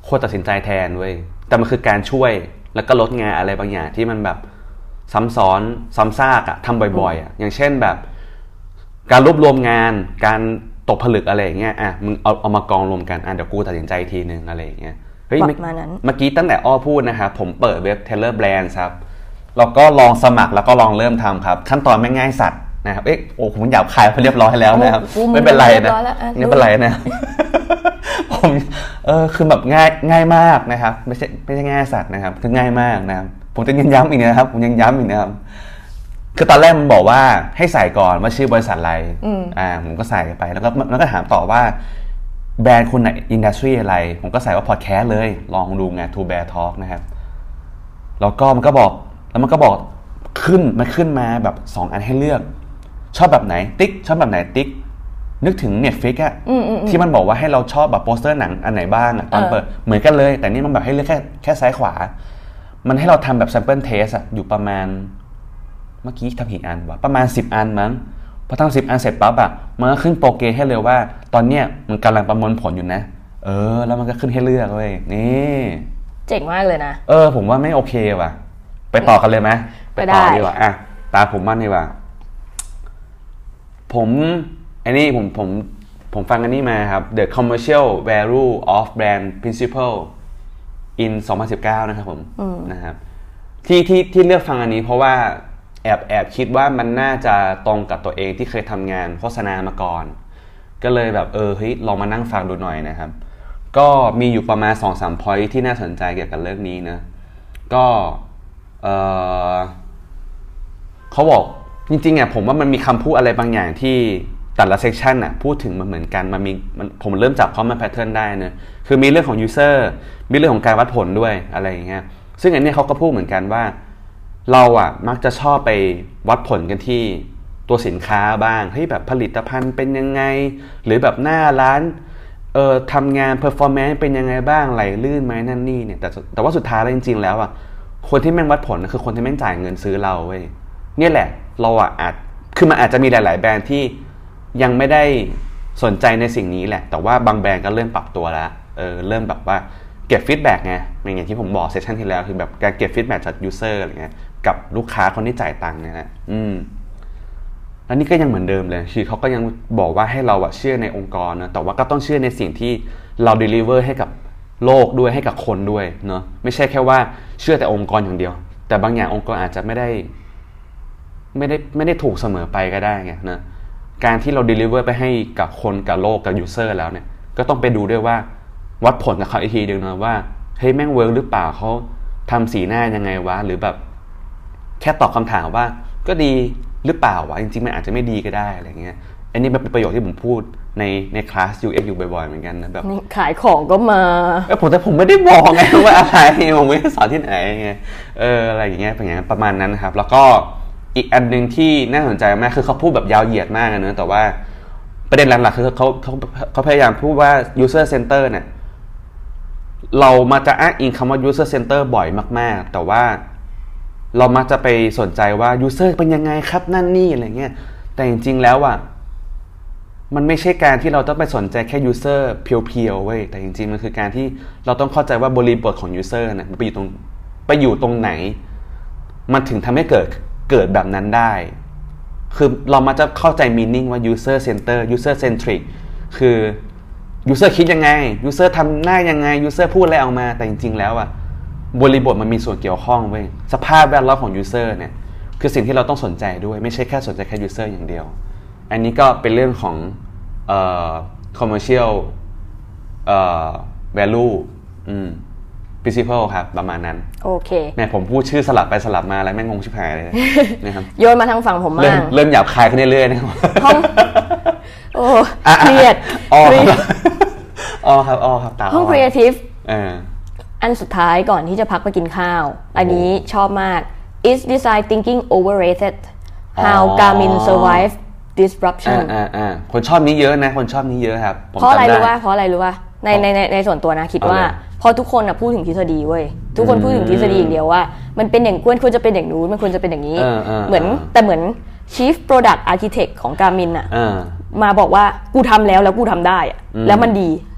คนตัดสินใจแทนเว้ยแต่มันคือการช่วยแล้วก็ลดงานอะไรบางอย่างที่มันแบบซ้ำซ้อนซ้ำซากอะทำบ่อยๆอะอย่างเช่นแบบการรวบรวมงานการตกผลึกอะไรอย่างเงี้ยอ่ะมึงเอาเอามากองรวมกันอ่ะเดี๋ยวกูตัดสินใจทีนึงอะไรอย่างเงี้ยเฮ้ยเมื่อกี้ตั้งแต่อ้อพูดนะครับผมเปิดเว็บ Teller Brands ครับเราก็ลองสมัครแล้วก็ลองเริ่มทำครับขั้นตอนไม่ง่ายสัตว์นะครับเอ๊ะโอ้ผมหยาบคายไปเรียบร้อยแล้วนะครับไม่เป็นไรนะไม่เป็นไรนะผมเออคือแบบง่ายง่ายมากนะครับไม่ใช่ไม่ใช่ง่ายสัตว์นะครับคือง่ายมากนะครับผมจะย้ำอีกนะครับผมยังย้ำอีกนะครับคือตอนแรกมันบอกว่าให้ใส่ก่อนว่าชื่อบริษัทอะไรอ่าผมก็ใส่ไปแล้วก็แล้วก็ถามต่อว่าแบรนด์คุณในอินดัสทรีอะไรผมก็ใส่ว่าพอดแคสต์เลยลองดูไง To Bear Talk นะครับแล้วก็มันก็บอกแล้วมันก็บอกขึ้นมันขึ้นมาแบบสองอันให้เลือกชอบแบบไหนติ๊กชอบแบบไหนติ๊กนึกถึง Netflix อ่ะที่มันบอกว่าให้เราชอบแบบโปสเตอร์หนังอันไหนบ้างอ่ะตอนเปิดเหมือนกันเลยแต่นี่มันแบบให้เลือกแค่แค่ซ้ายขวามันให้เราทำแบบ sample test อ่ะอยู่ประมาณเมื่อกี้ทำกี่อันวะประมาณสิบอันมั้งพอทำสิบอันเสร็จปั๊บอ่ะมันก็ขึ้นโปรเกรสให้เลยว่าตอนเนี้ยมันกำลังประมวลผลอยู่นะเออแล้วมันก็ขึ้นให้เลือกเว้ยนี่เจ๋งมากเลยนะเออผมว่าไม่โอเคว่ะไปต่อกันเลยไหมไปต่อดีกว่าอ่ะตาผมมั่นดีกว่าผมไอ้นี่ผมผมผมฟังอันนี้มาครับ The Commercial Value of Brand Principle in สองพันสิบเก้านะครับผมนะครับที่ที่ที่เลือกฟังอันนี้เพราะว่าแอบแอบคิดว่ามันน่าจะตรงกับตัวเองที่เคยทำงานโฆษณามาก่อนก็เลยแบบเออเฮ้ยลองมานั่งฟังดูหน่อยนะครับก็มีอยู่ประมาณ สองสาม point ที่น่าสนใจเกี่ยวกับเรื่องนี้นะก็เออเขาบอกจริงๆอ่ะผมว่ามันมีคำพูดอะไรบางอย่างที่แต่ละเซกชันอ่ะพูดถึงมันเหมือนกันมันมีมันผมเริ่มจับ common pattern ได้นะคือมีเรื่องของ user มีเรื่องของการวัดผลด้วยอะไรอย่างเงี้ยซึ่งอันนี้เขาก็พูดเหมือนกันว่าเราอ่ะมักจะชอบไปวัดผลกันที่ตัวสินค้าบ้างเฮ้ยแบบผลิตภัณฑ์เป็นยังไงหรือแบบหน้าร้านเอ่อทำงาน performance เป็นยังไงบ้างไหลลื่นไหมนั่นนี่เนี่ยแต่แต่ว่าสุดท้ายแล้วจริงๆแล้วอ่ะคนที่แม่งวัดผลคือคนที่แม่งจ่ายเงินซื้อเราเว้ยเนี่ยแหละเราอ่ะอาจคือมันอาจจะมีหลายๆแบรนด์ที่ยังไม่ได้สนใจในสิ่งนี้แหละแต่ว่าบางแบรนด์ก็เริ่มปรับตัวแล้วเออเริ่มแบบว่าเก็บฟีดแบ็กไงอย่างที่ผมบอกเซสชั่นที่แล้วคือแบบการเก็บฟีดแบ็กจากยูเซอร์อะไรเงี้ยกับลูกค้าคนที่จ่ายตังค์เนี่ยนะอืมแล้วนี่ก็ยังเหมือนเดิมเลยคือเขาก็ยังบอกว่าให้เราอะเชื่อในองค์กรนะแต่ว่าก็ต้องเชื่อในสิ่งที่เราเดลิเวอร์ให้กับโลกด้วยให้กับคนด้วยเนาะไม่ใช่แค่ว่าเชื่อแต่องค์กรอย่างเดียวแต่บางอย่างองค์กรอาจจะไม่ได้ไม่ได้ไม่ได้ถูกเสมอไปก็ได้ไงนะการที่เรา deliver ไปให้กับคนกับโลกกับ user แล้วเนี่ยก็ต้องไปดูด้วยว่าวัดผลกับเขาอีกทีนึงนะว่าเฮ้ยแม่งเวิร์กหรือเปล่าเขาทำสีหน้ายังไงวะหรือแบบแค่ตอบคำถามว่าก็ดีหรือเปล่าวะจริงๆมันอาจจะไม่ดีก็ได้อะไรเงี้ยอันนี้เป็นประโยชน์ที่ผมพูดในในคลาส ยู เอ็กซ์ อยู่บ่อยๆเหมือนกันนะแบบขายของก็มาเออผมแต่ผมไม่ได้บอกไงว่าอะไรผมไม่ได้สอนที่ไหนไงเอออะไรอย่างเงี้ยเป็นอย่างนั้นประมาณนั้นนะครับแล้วก็อีกอันนึงที่น่าสนใจมากคือเขาพูดแบบยาวเหยียดมากนะแต่ว่าประเด็นหลักๆคือเขาเขาเขาพยายามพูดว่า user center เนี่ยเรามาจะอ้างอิงคำว่า user center บ่อยมากๆแต่ว่าเรามักจะไปสนใจว่า user เป็นยังไงครับนั่นนี่อะไรเงี้ยแต่จริงๆแล้วอ่ะมันไม่ใช่การที่เราต้องไปสนใจแค่ user เพียวๆเว้ยแต่จริงๆมันคือการที่เราต้องเข้าใจว่าบริบทของ user เนี่ยมันไปอยู่ตรงไปอยู่ตรงไหนมันถึงทำให้เกิดเกิดแบบนั้นได้คือเรามาจะเข้าใจ meaning ว่า user center user centric คือ user คิดยังไง user ทำหน้ายังไง user พูดอะไรออกมาแต่จริงๆแล้วอ่ะบริบทมันมีส่วนเกี่ยวข้องเว้ยสภาพแวดล้อมของ user เนี่ยคือสิ่งที่เราต้องสนใจด้วยไม่ใช่แค่สนใจแค่ user อย่างเดียวอันนี้ก็เป็นเรื่องของเอ่อ commercial เอ่อ value อืมprinciple ครับประมาณนั้นโอเคแม่ผมพูดชื่อสลับไปสลับมาอะไรแม่งงงชิบหายเลยนะครับโยนมาทางฝั่งผมมากเริ่มหยาบคายขึ้นเรื่อยๆนะครับโอ้เครียดอ๋ออ๋อครับอ๋อครับตาห้อง creative อันสุดท้ายก่อนที่จะพักไปกินข้าวอันนี้ชอบมาก is design thinking overrated how Garmin survive disruption อ่าๆๆคนชอบนี้เยอะนะคนชอบนี้เยอะครับเพราะอะไรรู้ว่าเพราะอะไรรู้ว่าในในในส่วนตัวนะคิดว่าพอทุกคนนะพูดถึงทฤษฎีเว้ยทุกคนพูดถึงทฤษฎีอย่างเดียวว่ามันเป็นอย่างควรควรจะเป็นอย่างนู้นมันควรจะเป็นอย่างนี้เหมือนแต่เหมือน Chief Product Architect ของ Garmin อ่ะมาบอกว่ากูทำแล้วแล้วกูทำได้แล้วมันดี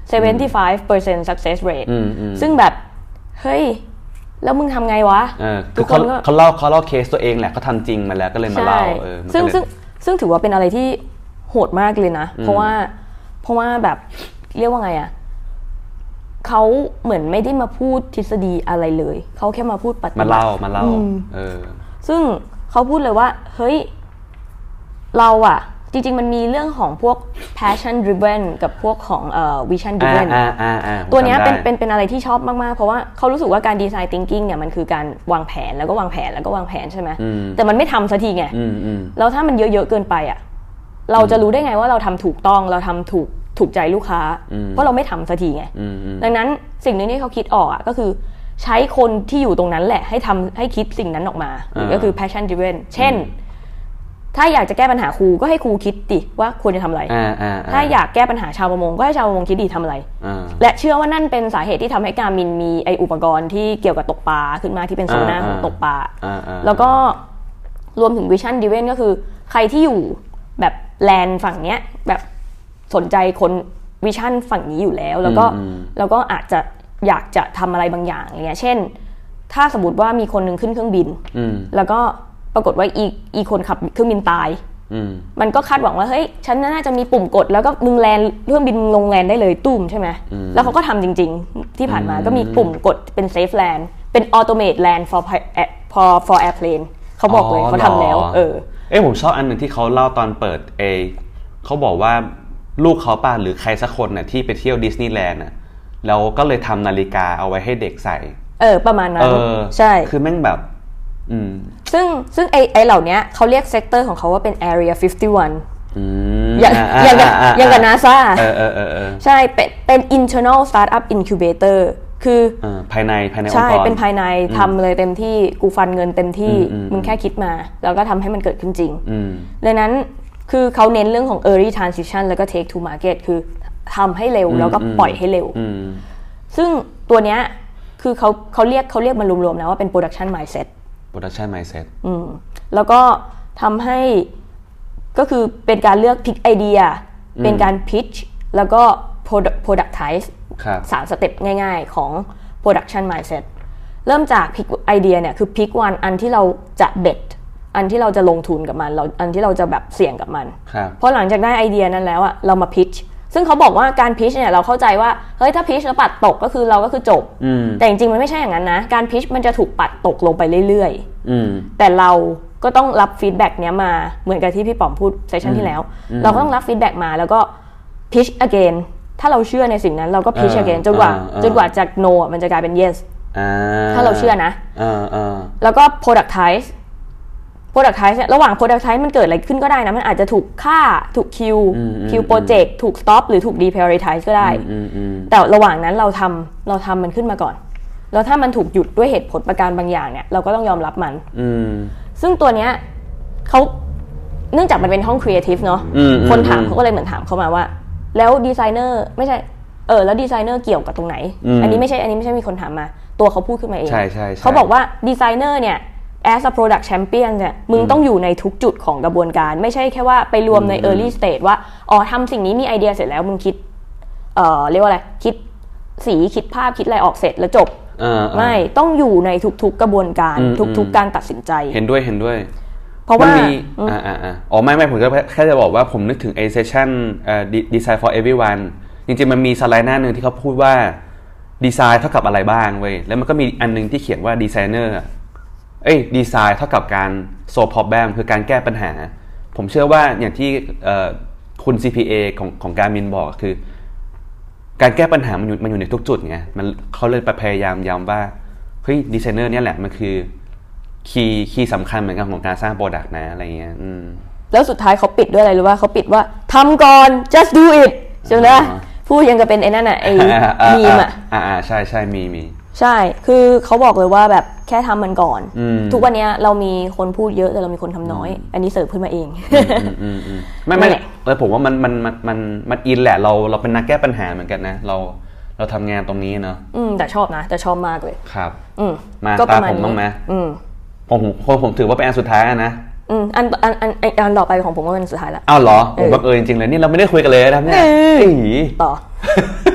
เจ็ดสิบห้าเปอร์เซ็นต์ success rate ซึ่งแบบเฮ้ยแล้วมึงทำไงวะคือเขาเขาเล่าเขาเล่าเคสตัวเองแหละเขาทำจริงมาแล้วก็เลยมาเล่าซึ่งซึ่งซึ่งถือว่าเป็นอะไรที่โหดมากเลยนะเพราะว่าเพราะว่าแบบเรียกว่าไงอะเขาเหมือนไม่ได้มาพูดทฤษฎีอะไรเลยเขาแค่มาพูดปฏิบัติมาเล่ามาเล่าเออซึ่งเขาพูดเลยว่าเฮ้ยเราอะจริงๆมันมีเรื่องของพวก passion driven กับพวกของเอ่อ vision driven ตัวนี้เป็นเป็นเป็นอะไรที่ชอบมากๆเพราะว่าเขารู้สึกว่าการ design thinking เนี่ยมันคือการวางแผนแล้วก็วางแผนแล้วก็วางแผนใช่ไหมแต่มันไม่ทำสักทีไงแล้วถ้ามันเยอะๆเกินไปอะเราจะรู้ได้ไงว่าเราทำถูกต้องเราทำถูกถูกใจลูกค้าเพราะเราไม่ทำสักทีไงดังนั้นสิ่งนึงที่เขาคิดออกอะก็คือใช้คนที่อยู่ตรงนั้นแหละให้ทำให้คิดสิ่งนั้นออกมาหรือก็คือ passion driven เช่นถ้าอยากจะแก้ปัญหาครูก็ให้ครูคิดดิว่าควรจะทำอะไรถ้าอยากแก้ปัญหาชาวประมงก็ให้ชาวประมงคิดดิทำอะไรและเชื่อว่านั่นเป็นสาเหตุที่ทำให้การมินมีไออุปกรณ์ที่เกี่ยวกับตกปลาขึ้นมาที่เป็นโซน่าของตกปลาแล้วก็รวมถึง vision driven ก็คือใครที่อยู่แบบแลนด์ฝั่งเนี้ยแบบสนใจคนวิชั่นฝั่งนี้อยู่แล้วแล้วก็แล้วก็อาจจะอยากจะทำอะไรบางอย่างอย่างเงี้ยเช่นถ้าสมมติว่ามีคนนึงขึ้นเครื่องบินแล้วก็ปรากฏว่าอีอีคนขับเครื่องบินตายมันก็คาดหวังว่าเฮ้ยฉันน่าจะมีปุ่มกดแล้วก็มึงแลนเครื่องบินมึงลงแลนได้เลยตุ้มใช่ไหมแล้วเขาก็ทำจริงๆที่ผ่านมาก็มีปุ่มกดเป็น safe land เป็น automate land for for for airplane เขาบอกเลยเขาทำแล้วเออเอ้ผมชอบอันหนึ่งที่เขาเล่าตอนเปิดเอเขาบอกว่าลูกเขาป่ะหรือใครสักคนน่ะที่ไปเที่ยวดิสนีย์แลนด์น่ะแล้วก็เลยทำนาฬิกาเอาไว้ให้เด็กใส่เออประมาณนั้นใช่คือแม่งแบบอืมซึ่งซึ่งไอไอเหล่านี้เขาเรียกเซกเตอร์ของเขาว่าเป็น Area ห้าสิบเอ็ดอืมอย่างอย่างกับอย่างกับ NASA เออเออเออใช่เป็นเป็น internal startup incubator คือภายในภายในองค์กรใช่เป็นภายในทำเลยเต็มที่กูฟันเงินเต็มที่มึงแค่คิดมาแล้วก็ทำให้มันเกิดขึ้นจริงดังนั้นคือเขาเน้นเรื่องของ early transition แล้วก็ take to market คือทำให้เร็วแล้วก็ปล่อยให้เร็วซึ่งตัวเนี้ยคือเขาเขาเรียกเขาเรียกมันรวมๆนะว่าเป็น production mindset production mindset อืมแล้วก็ทำให้ก็คือเป็นการเลือก pick idea เป็นการ pitch แล้วก็ productize สามสเต็ปง่ายๆของ production mindset เริ่มจาก pick idea เนี่ยคือ pick one อันที่เราจะ bet อันที่เราจะลงทุนกับมันเราอันที่เราจะแบบเสี่ยงกับมันเพราะหลังจากได้ไอเดียนั้นแล้วอะเรามา pitch ซึ่งเขาบอกว่าการ pitch เนี่ยเราเข้าใจว่าเฮ้ยถ้า pitch แล้วปัดตกก็คือเราก็คือจบแต่จริงๆมันไม่ใช่อย่างนั้นนะการ pitch มันจะถูกปัดตกลงไปเรื่อยๆแต่เราก็ต้องรับฟีดแบ็กเนี้ยมาเหมือนกับที่พี่ป๋อมพูดเซสชั่นที่แล้วเราก็ต้องรับฟีดแบ็กมาแล้วก็ pitch again ถ้าเราเชื่อในสิ่งนั้นเราก็ pitch again จนกว่าจนกว่าจาก no มันจะกลายเป็น yes ถ้าเราเชื่อนะแล้วก็ productize productize เนี่ยระหว่าง productize มันเกิดอะไรขึ้นก็ได้นะมันอาจจะถูกฆ่าถูกคิวคิวโปรเจกต์ถูก stop หรือถูก deprioritize ก็ได้แต่ระหว่างนั้นเราทำเราทำมันขึ้นมาก่อนแล้วถ้ามันถูกหยุดด้วยเหตุผลประการบางอย่างเนี่ยเราก็ต้องยอมรับมันซึ่งตัวเนี้ยเขาเนื่องจากมันเป็นห้องครีเอทีฟเนาะคนถามเขาก็เลยเหมือนถามเขามาว่าแล้วดีไซเนอร์ไม่ใช่เออแล้วดีไซเนอร์เกี่ยวกับตรงไหนอันนี้ไม่ใช่อันนี้ไม่ใช่มีคนถามมาตัวเขาพูดขึ้นมาเองเขาบอกว่าดีไซเนอร์เนี่ยas a product champion เนี่ยมึงต้องอยู่ในทุกจุดของกระบวนการไม่ใช่แค่ว่าไปรวมใน early stage ว่าอ๋อทำสิ่งนี้มีไอเดียเสร็จแล้วมึงคิดเอ่อเรียกว่าอะไรคิดสีคิดภาพคิดอะไรออกเสร็จแล้วจบไม่ต้องอยู่ในทุกๆกระบวนการทุกๆการตัดสินใจเห็นด้วยเห็นด้วยเพราะว่ามีอ่าอ่าอ๋อไม่ไม่ผมก็แค่จะบอกว่าผมนึกถึงไอเซสชั่นเอ่อ design for everyone จริงๆมันมีสไลด์หน้านึงที่เขาพูดว่าดีไซน์เท่ากับอะไรบ้างเว้ยแล้วมันก็มีอันนึงที่เขียนว่าดีไซเนอร์เอ้ยดีไซน์เท่ากับการ solve problem คือการแก้ปัญหาผมเชื่อว่าอย่างที่คุณ ซี พี เอ ของของการมินบอกคือการแก้ปัญหามันอยู่มันอยู่ในทุกจุดไงมันเขาเลยพยายามย้ำว่าเฮ้ยดีไซเนอร์เนี่ยแหละมันคือคีย์คีย์สำคัญเหมือนกันของการสร้างโปรดักต์นะอะไรเงี้ยแล้วสุดท้ายเขาปิดด้วยอะไรรู้ป่ะเขาปิดว่าทำก่อน just do it ใช่ไหมพูดยังจะเป็นไอ้นั่นอ่ะไอ้มีมอ่ะอ่าใช่ใช่มีมีใช่คือเขาบอกเลยว่าแบบแค่ทำมันก่อนทุกวันนี้เรามีคนพูดเยอะแต่เรามีคนทำน้อยอันนี้เสิร์ฟขึ้นมาเองไม่ไม่เลยผมว่ามันมันมันมันมันอินแหละเราเราเป็นนักแก้ปัญหาเหมือนกันนะเราเราทำงานตรงนี้เนาะอืมแต่ชอบนะแต่ชอบมากเลยครับอืมมาตาผมบ้างไหมอืมผมผมผมถือว่าเป็นอันสุดท้ายนะอืมอันอันอันอันต่อไปของผมก็เป็นสุดท้ายละอ้าวเหรอผมบังเอิญจริงๆเลยนี่เราไม่ได้คุยกันเลยนะครับเนี่ยต่อ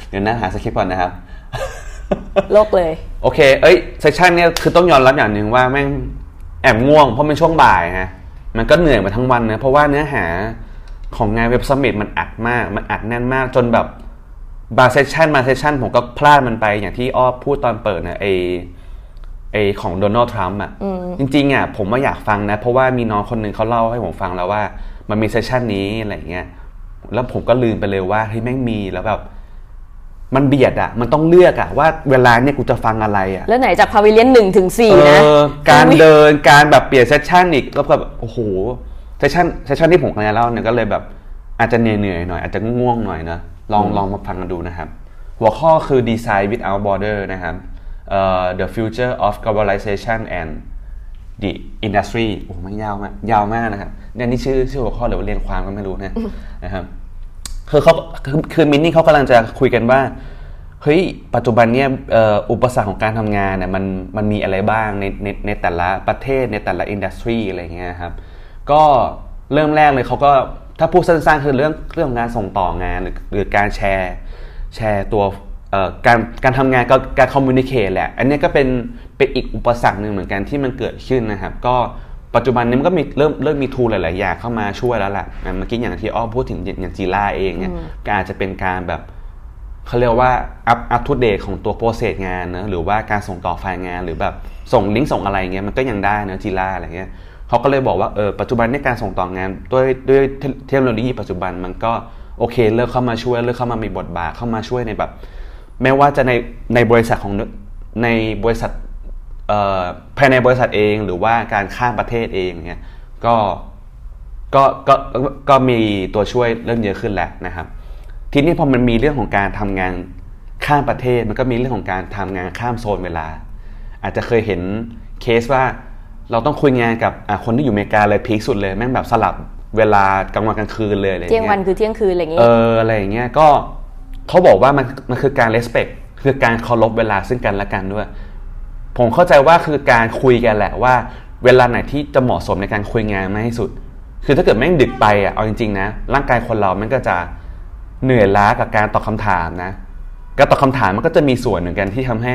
เดี๋ยวนะหาสคริปต์ก่อนนะครับโลกเลยโอเคเอ้ยเซสชันเนี้ยคือต้องยอมรับอย่างหนึ่งว่าแม่งแอบง่วงเพราะเป็นช่วงบ่ายฮะมันก็เหนื่อยมาทั้งวันนะเพราะว่าเนื้อหาของงานเว็บซัมมิตมันอัดมากมันอัดแน่นมากจนแบบบางเซสชันมาเซสชันผมก็พลาดมันไปอย่างที่อ้อพูดตอนเปิดนะไอไอของโดนัลด์ทรัมป์อ่ะจริงๆอ่ะผมไม่อยากฟังนะเพราะว่ามีน้องคนหนึ่งเขาเล่าให้ผมฟังแล้วว่ามันมีเซสชันนี้อะไรเงี้ยแล้วผมก็ลืมไปเลยว่าเฮ้ยแม่งมีแล้วแบบมันเบียดอ่ะมันต้องเลือกอ่ะว่าเวลาเนี่ยกูจะฟังอะไรอ่ะแล้วไหนจากพาวิเลียนหนึ่งถึงสี่นะการเดินการแบบเปลี่ยนเซสชันอีกแล้วแบบโอ้โหเซสชันเซสชันที่ผมกำลังเล่าเนี่ยก็เลยแบบอาจจะเหนื่อยๆหน่อยอาจจะง่วงหน่อยนะลองลองมาฟังกันดูนะครับหัวข้อคือ Design Without Border นะครับ uh, The Future of Globalization and the Industry โอ้มันยาวมากยาวมากนะครับเนี่ยนี่ชื่อชื่อหัวข้อหรือว่าเรียนความก็ไม่รู้นะนะครับคือเขาคือคือมินนี่เขากำลังจะคุยกันว่าเฮ้ยปัจจุบันเนี่ยอุปสรรคของการทำงานเนี่ยมันมันมีอะไรบ้างในในในแต่ละประเทศในแต่ละอินดัสทรีอะไรเงี้ยครับก็เริ่มแรกเลยเขาก็ถ้าพูดสั้นๆคือเรื่องเรื่องงานส่งต่องานหรือหรือการแชร์แชร์ตัวการการทำงานก็การคอมมูนิเคชแหละอันนี้ก็เป็นเป็นอีกอุปสรรคหนึ่งเหมือนกันที่มันเกิดขึ้นนะครับก็ปัจจุบันนี้มันก็มีเริ่มเริ่มมีทูลหลายๆอย่างเข้ามาช่วยแล้วแหละเมื่อกี้อย่างที่อ้อพูดถึงอย่างจีล่าเองเนี่ยก็อาจจะเป็นการแบบเขาเรียกว่าอัพอัพทูเดตของตัวโปรเซสงานนะหรือว่าการส่งต่อไฟล์งานหรือแบบส่งลิงก์ส่งอะไรเงี้ยมันก็ยังได้นะจีล่าอะไรเงี้ยเขาก็เลยบอกว่าเออปัจจุบันในการส่งต่องานด้วยด้วยเทคโนโลยีปัจจุบันมันก็โอเคเริ่มเข้ามาช่วยเริ่มเข้ามามีบทบาทเข้ามาช่วยในแบบแม้ว่าจะในในบริษัทของในบริษัทภายในบริษัทเองหรือว่าการข้ามประเทศเองเนี่ยก็ก็ก็ก็มีตัวช่วยเริ่มเยอะขึ้นแล้วนะครับทีนี้พอมันมีเรื่องของการทำงานข้ามประเทศมันก็มีเรื่องของการทำงานข้ามโซนเวลาอาจจะเคยเห็นเคสว่าเราต้องคุยงานกับคนที่อยู่อเมริกาเลยพีคสุดเลยแม่งแบบสลับเวลากลางวันกลางคืนเลยอะไรเงี้ยเที่ยงวันคือเที่ยงคืนอะไรเงี้ยเอออะไรอย่างเงี้ยก็เขาบอกว่ามันมันคือการ respect คือการเคารพเวลาซึ่งกันและกันด้วยผมเข้าใจว่าคือการคุยกันแหละว่าเวลาไหนที่จะเหมาะสมในการคุยงานมากที่สุดคือถ้าเกิดแม่งดึกไปอ่ะเอาจริงๆนะร่างกายคนเรามันก็จะเหนื่อยล้ากับการตอบคำถามนะการตอบคำถามมันก็จะมีส่วนหนึ่งกันที่ทำให้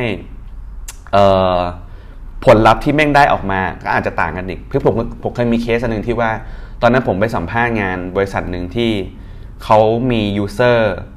ผลลัพธ์ที่แม่งได้ออกมาก็อาจจะต่างกันอีกเพื่อผมผมเคยมีเคสอันนึงที่ว่าตอนนั้นผมไปสัมภาษณ์งานบริษัทหนึ่งที่เขามี user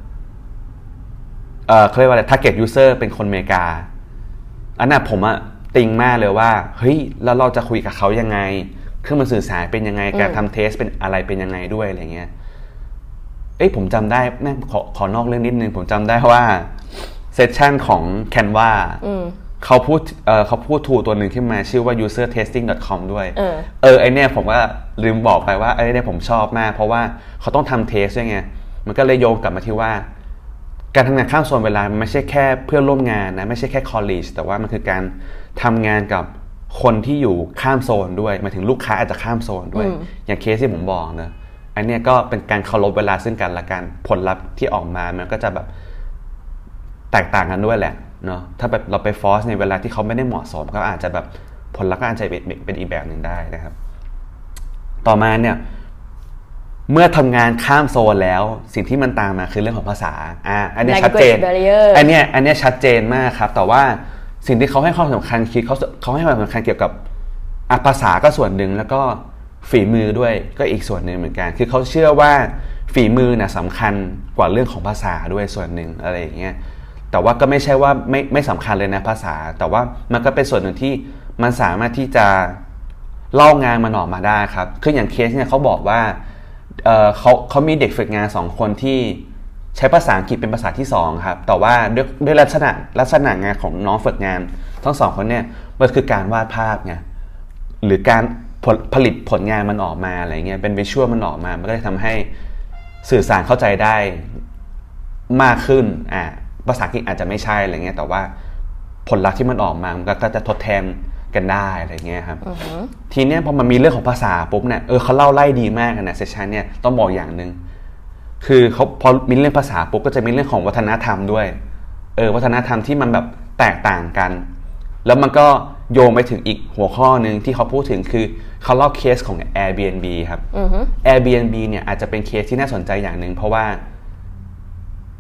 เอ่อเขาเรียกว่าอะไร target user เป็นคนอเมริกาอันนั้นผมอะติงมากเลยว่าเฮ้ยแล้วเราจะคุยกับเขายังไงเครื่องมือสื่อสารเป็นยังไงการทำเทสเป็นอะไรเป็นยังไงด้วยอะไรเงี้ยเอ้ยผมจำได้แม่ขอขอนอกเรื่องนิดนึงผมจำได้ว่าเซสชั่นของ Canva เขาพูดเอ่อเขาพูดทูตัวหนึ่งขึ้นมาชื่อว่า ยูเซอร์เทสติ้ง ดอท คอม ด้วยเออเออไอเนี้ยผมว่าลืมบอกไปว่าไอเนี้ยผมชอบมากเพราะว่าเขาต้องทำเทสด้วยไงมันก็เลยโยงกลับมาที่ว่าการทำงานข้ามโซนเวลาไม่ใช่แค่เพื่อนร่วมงานนะไม่ใช่แค่ college แต่ว่ามันคือการทำงานกับคนที่อยู่ข้ามโซนด้วยหมายถึงลูกค้าอาจจะข้ามโซนด้วยอย่างเคสที่ผมบอกนะอันนี้ก็เป็นการเคารพเวลาซึ่งกันและกันผลลัพธ์ที่ออกมามันก็จะแบบแตกต่างกันด้วยแหละเนาะถ้าแบบเราไปฟอร์สในเวลาที่เขาไม่ได้เหมาะสมก็อาจจะแบบผลลัพธ์ก็อาจจะเป็นอีกแบบหนึ่งได้นะครับต่อมาเนี่ยเมื่อทำงานข้ามโซนแล้วสิ่งที่มันตามมาคือเรื่องของภาษาอ่าอันนี้ชัดเจนอันนี้อันนี้ชัดเจนมากครับแต่ว่าสิ่งที่เขาให้ความสำคัญคิดเขาเขาให้ความสำคัญเกี่ยวกับภาษาก็ส่วนหนึ่งแล้วก็ฝีมือด้วยก็อีกส่วนหนึ่งเหมือนกันคือเขาเชื่อว่าฝีมือน่ะสำคัญกว่าเรื่องของภาษาด้วยส่วนหนึ่งอะไรอย่างเงี้ยแต่ว่าก็ไม่ใช่ว่าไม่ไม่สำคัญเลยนะภาษาแต่ว่ามันก็เป็นส่วนหนึ่งที่มันสามารถที่จะเล่างานมันออกมาได้ครับคืออย่างเคสเนี่ยเขาบอกว่าเอ่อเขาเขามีเด็กฝึกงานสองคนที่ใช้ภาษาอังกฤษเป็นภาษาที่สองครับแต่ว่าด้วยด้วยลักษณะลักษณะงานของน้องฝึกงานทั้งสองคนเนี่ยมันคือการวาดภาพไงหรือการผลผลิตผลงานมันออกมาอะไรเงี้ยเป็นวิชวลมันออกมามันก็เลยทำให้สื่อสารเข้าใจได้มากขึ้นอ่าภาษาอังกฤษอาจจะไม่ใช่อะไรเงี้ยแต่ว่าผลลัพธ์ที่มันออกมามันก็จะทดแทนกันได้อะไรเงี้ยครับ uh-huh. ทีเนี้ยพอมันมีเรื่องของภาษาปุ๊บเนี่ยเออเขาเล่าไล่ดีมากนะเซสชันเนี่ยต้องบอกอย่างนึงคือเขาพอมีเรื่องภาษาปุ๊บก็จะมีเรื่องของวัฒนธรรมด้วยเออวัฒนธรรมที่มันแบบแตกต่างกันแล้วมันก็โยงไปถึงอีกหัวข้อนึงที่เขาพูดถึงคือเขาเล่าเคสของ Airbnb ครับ uh-huh. Airbnb เนี่ยอาจจะเป็นเคสที่น่าสนใจอย่างนึงเพราะว่า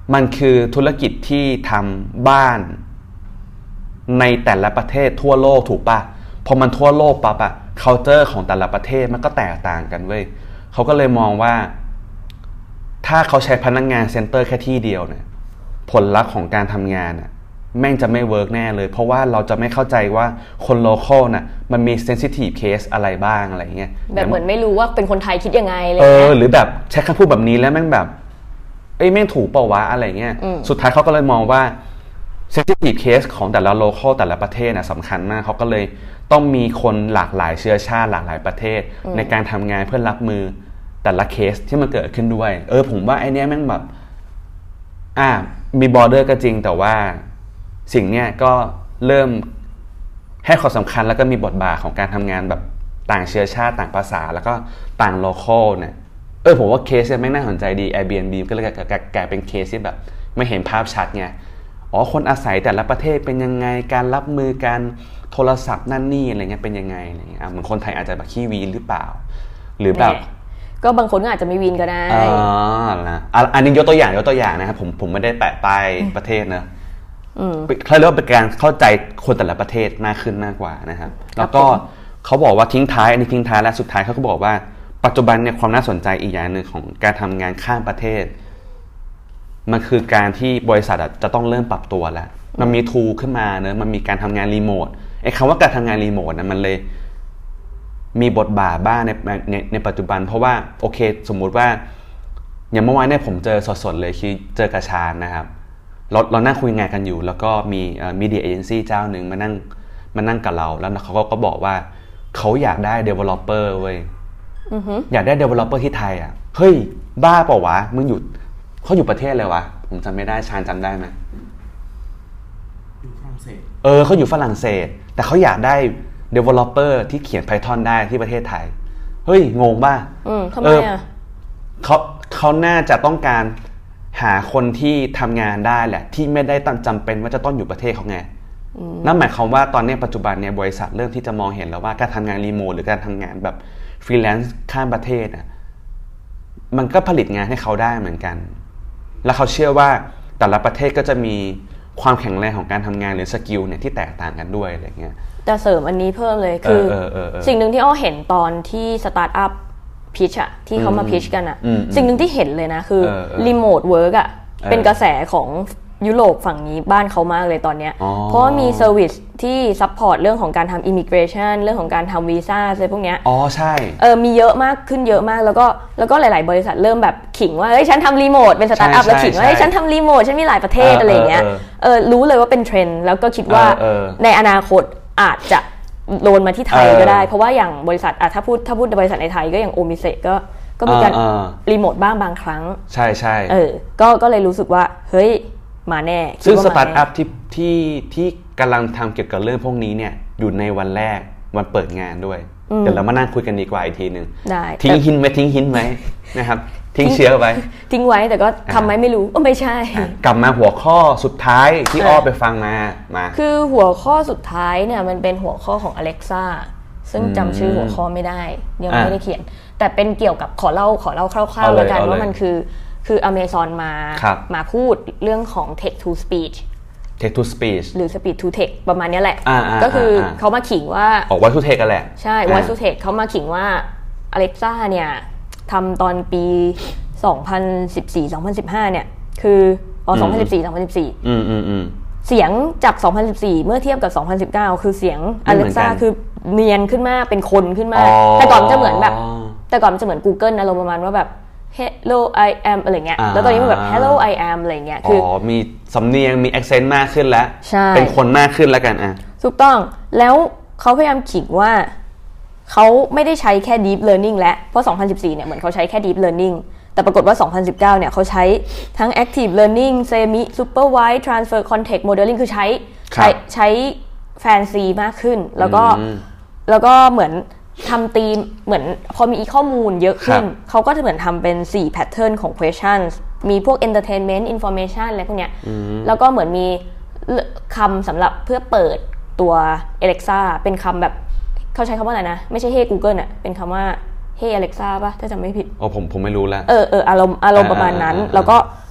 มันคือธุรกิจที่ทำบ้านในแต่ละประเทศทั่วโลกถูกป่ะพอมันทั่วโลกปั๊บอะ culture ของแต่ละประเทศมันก็แตกต่างกันเว้ยเขาก็เลยมองว่าถ้าเขาใช้พนักงานเซ็นเตอร์แค่ที่เดียวเนี่ยผลลัพธ์ของการทำงานอะแม่งจะไม่เวิร์กแน่เลยเพราะว่าเราจะไม่เข้าใจว่าคนโลคอลน่ะมันมีเซนซิทีฟเคสอะไรบ้างอะไรเงี้ยแบบเหมือนไม่รู้ว่าเป็นคนไทยคิดยังไงเลยเออหรือแบบใช้คำพูดแบบนี้แล้วแม่งแบบเอ้ยแม่งถูกเปล่าวะอะไรเงี้ยสุดท้ายเขาก็เลยมองว่าเซนซิทีฟเคสของแต่ละโลคอลแต่ละประเทศน่ะสำคัญมากเขาก็เลยต้องมีคนหลากหลายเชื้อชาติหลากหลายประเทศในการทำงานเพื่อรับมือแต่ละเคสที่มันเกิดขึ้นด้วยเออผมว่าไอ้นี้แม่งแบบอ่ามีบอร์เดอร์ก็จริงแต่ว่าสิ่งเนี้ยก็เริ่มให้ความสำคัญแล้วก็มีบทบาทของการทำงานแบบต่างเชื้อชาติต่างภาษาแล้วก็ต่างโลคอลเนี่ยเออผมว่าเคสเนี่ยไม่น่าสนใจดี Airbnb ก็เลยกลายเป็นเคสที่แบบไม่เห็นภาพชัดไงอ๋อคนอาศัยแต่ละประเทศเป็นยังไงการรับมือการโทรศัพท์นั่นนี่อะไรเงี้ยเป็นยังไงอะไรเงี้ยเหมือนคนไทยอาจจะแบบขี้วีนหรือเปล่าหรือแบบก็บางคนก็อาจจะไม่วีนก็ได้อ๋อนะอันนี้ยกตัวอย่างยกตัวอย่างนะครับผมผมไม่ได้แปะป้ายประเทศนะเขาเรียกว่าเป็นการเข้าใจคนแต่ละประเทศมากขึ้นมากกว่านะครับแล้วก็เขาบอกว่าทิ้งท้ายอันนี้ทิ้งท้ายและสุดท้ายเขาก็บอกว่าปัจจุบันเนี่ยความน่าสนใจอีกอย่างหนึ่งของการทำงานข้ามประเทศมันคือการที่บริษัทจะต้องเริ่มปรับตัวแล้วมันมีทูลขึ้นมาเนอะมันมีการทำงานรีโมทไอ้คำว่าการทำงานรีโมทนะมันเลยมีบทบาทบ้างในในในปัจจุบันเพราะว่าโอเคสมมุติว่าอย่างเมื่อวานเนี่ยผมเจอสดๆเลยคือเจอกระชานนะครับเราเรานั่งคุยงานกันอยู่แล้วก็มีมีเดียเอเจนซี่เจ้าหนึ่งมานั่งมานั่งกับเราแล้วเขาก็ก็บอกว่าเขาอยากได้ developer เว้ย uh-huh. อยากได้ developer ที่ไทยอ่ะเฮ้ยบ้าเปล่าวะมึงอยู่เขาอยู่ประเทศเลยวะผมจำไม่ได้ชาญจำได้ไหมอยู่ฝรั่งเศสเออเขาอยู่ฝรั่งเศสแต่เขาอยากได้ developer ที่เขียน Python ได้ที่ประเทศไทยเฮ้ยงงป่ะอืมทำไมอ่ะเขาเขาน่าจะต้องการหาคนที่ทำงานได้แหละที่ไม่ได้จำเป็นว่าจะต้องอยู่ประเทศเขาไงนั่นหมายความว่าตอนนี้ปัจจุบันเนี่ยบริษัทเริ่มที่จะมองเห็นแล้วว่าการทำงานรีโมทหรือการทำงานแบบฟรีแลนซ์ข้ามประเทศอ่ะมันก็ผลิตงานให้เขาได้เหมือนกันแล้วเขาเชื่อว่าแต่ละประเทศก็จะมีความแข็งแรงของการทำงานหรือสกิลเนี่ยที่แตกต่างกันด้วยอะไรเงี้ยจะเสริมอันนี้เพิ่มเลยคือสิ่งหนึ่งที่อ้อเห็นตอนที่สตาร์ทอัพพิชอะที่เขามาพิชกันอะสิ่งหนึ่งที่เห็นเลยนะคือรีโมทเวิร์กอะเป็นกระแสของยุโรปฝั่งนี้บ้านเขามากเลยตอนเนี้ยเพราะมีเซอร์วิสที่ซัพพอร์ตเรื่องของการทำอิมิเกรชันเรื่องของการทำวีซ่าอะไรพวกเนี้ยอ๋อใช่เออมีเยอะมากขึ้นเยอะมากแล้วก็แล้วก็หลายๆบริษัทเริ่มแบบขิงว่าเฮ้ยฉันทำรีโมทเป็นสตาร์ทอัพแล้วขิงว่าเฮ้ยฉันทำรีโมทฉันมีหลายประเทศอะไรเงี้ยเออรู้เลยว่าเป็นเทรนด์แล้วก็คิดว่าในอนาคตอาจจะโดนมาที่ไทยก็ได้เพราะว่าอย่างบริษัทอ่ะถ้าพูดถ้าพูดบริษัทในไทยก็อย่างโอมิเซก็ก็มีการรีโมทบ้างบางครั้งใช่ใช่เออก็ก็เลยรู้สึกว่าเฮ้ยมาแน่ซึ่งสตาร์ทอัพที่ที่ที่กำลังทำเกี่ยวกับเรื่องพวกนี้เนี่ยอยู่ในวันแรกวันเปิดงานด้วยเดี๋ยวเรามานั่งคุยกันดีกว่าอีกทีนึงทิ้งหินไว้ทิ้งหินไว้นะครับทิ้งเชื้อไว้ทิ้งไว้แต่ก็ทำไหมไม่รู้ก็ไม่ใช่กลับมาหัวข้อสุดท้ายที่อ้อไปฟังมามาคือหัวข้อสุดท้ายเนี่ยมันเป็นหัวข้อของ Alexa ซึ่งจำชื่อหัวข้อไม่ได้ยังไม่ได้เขียนแต่เป็นเกี่ยวกับขอเล่าขอเล่าคร่าวๆแล้วกันว่ามันคือคือ Amazon มามาพูดเรื่องของ Text to Speech Text to Speech หรือ Speech to Text ประมาณนี้แหละก็คือเขามาขิงว่าออก Voice to Text กันแหละใช่ Voice to Text เขามาขิงว่า Alexa เนี่ยทำตอนปีสองพันสิบสี่ สองพันสิบห้าเนี่ยคืออ๋อสองพันสิบสี่ สองพันสิบสี่อืมอืมอืมเสียงจากสองพันสิบสี่เมื่อเทียบกับสองพันสิบเก้าคือเสียง Alexa คือเนียนขึ้นมากเป็นคนขึ้นมากแต่ก่อนจะเหมือนแบบแต่ก่อนจะเหมือน Google อารมณ์ประมาณว่าแบบ Hello I am อะไรเงี้ยแล้วตอนนี้มันแบบ Hello I am อะไรเงี้ยคืออ๋อมีสำเนียงมี accent มากขึ้นแล้วเป็นคนมากขึ้นแล้วกันอ่ะถูกต้องแล้วเขาพยายามขิงว่าเขาไม่ได้ใช้แค่ deep learning แล้วเพราะสองพันสิบสี่เนี่ยเหมือนเขาใช้แค่ deep learning แต่ปรากฏว่าสองพันสิบเก้าเนี่ยเขาใช้ทั้ง active learning semi supervised transfer context modeling คือใช้ใช้ใช้แฟนซีมากขึ้นแล้วก็แล้วก็เหมือนทำธีมเหมือนพอมีข้อมูลเยอะขึ้นเขาก็จะเหมือนทำเป็นสี่แพทเทิร์นของ questions มีพวก entertainment information อะไรพวกเนี้ยแล้วก็เหมือนมีคำสำหรับเพื่อเปิดตัว Alexa เป็นคำแบบเขาใช้คำว่าอะไรนะไม่ใช่ Hey Google อ่ะเป็นคำว่า Hey Alexa ป่ะถ้าจำไม่ผิดอ๋อผมผมไม่รู้แล้วเออเอออารมณ์อารมณ์ประมาณนั้นแล้วก็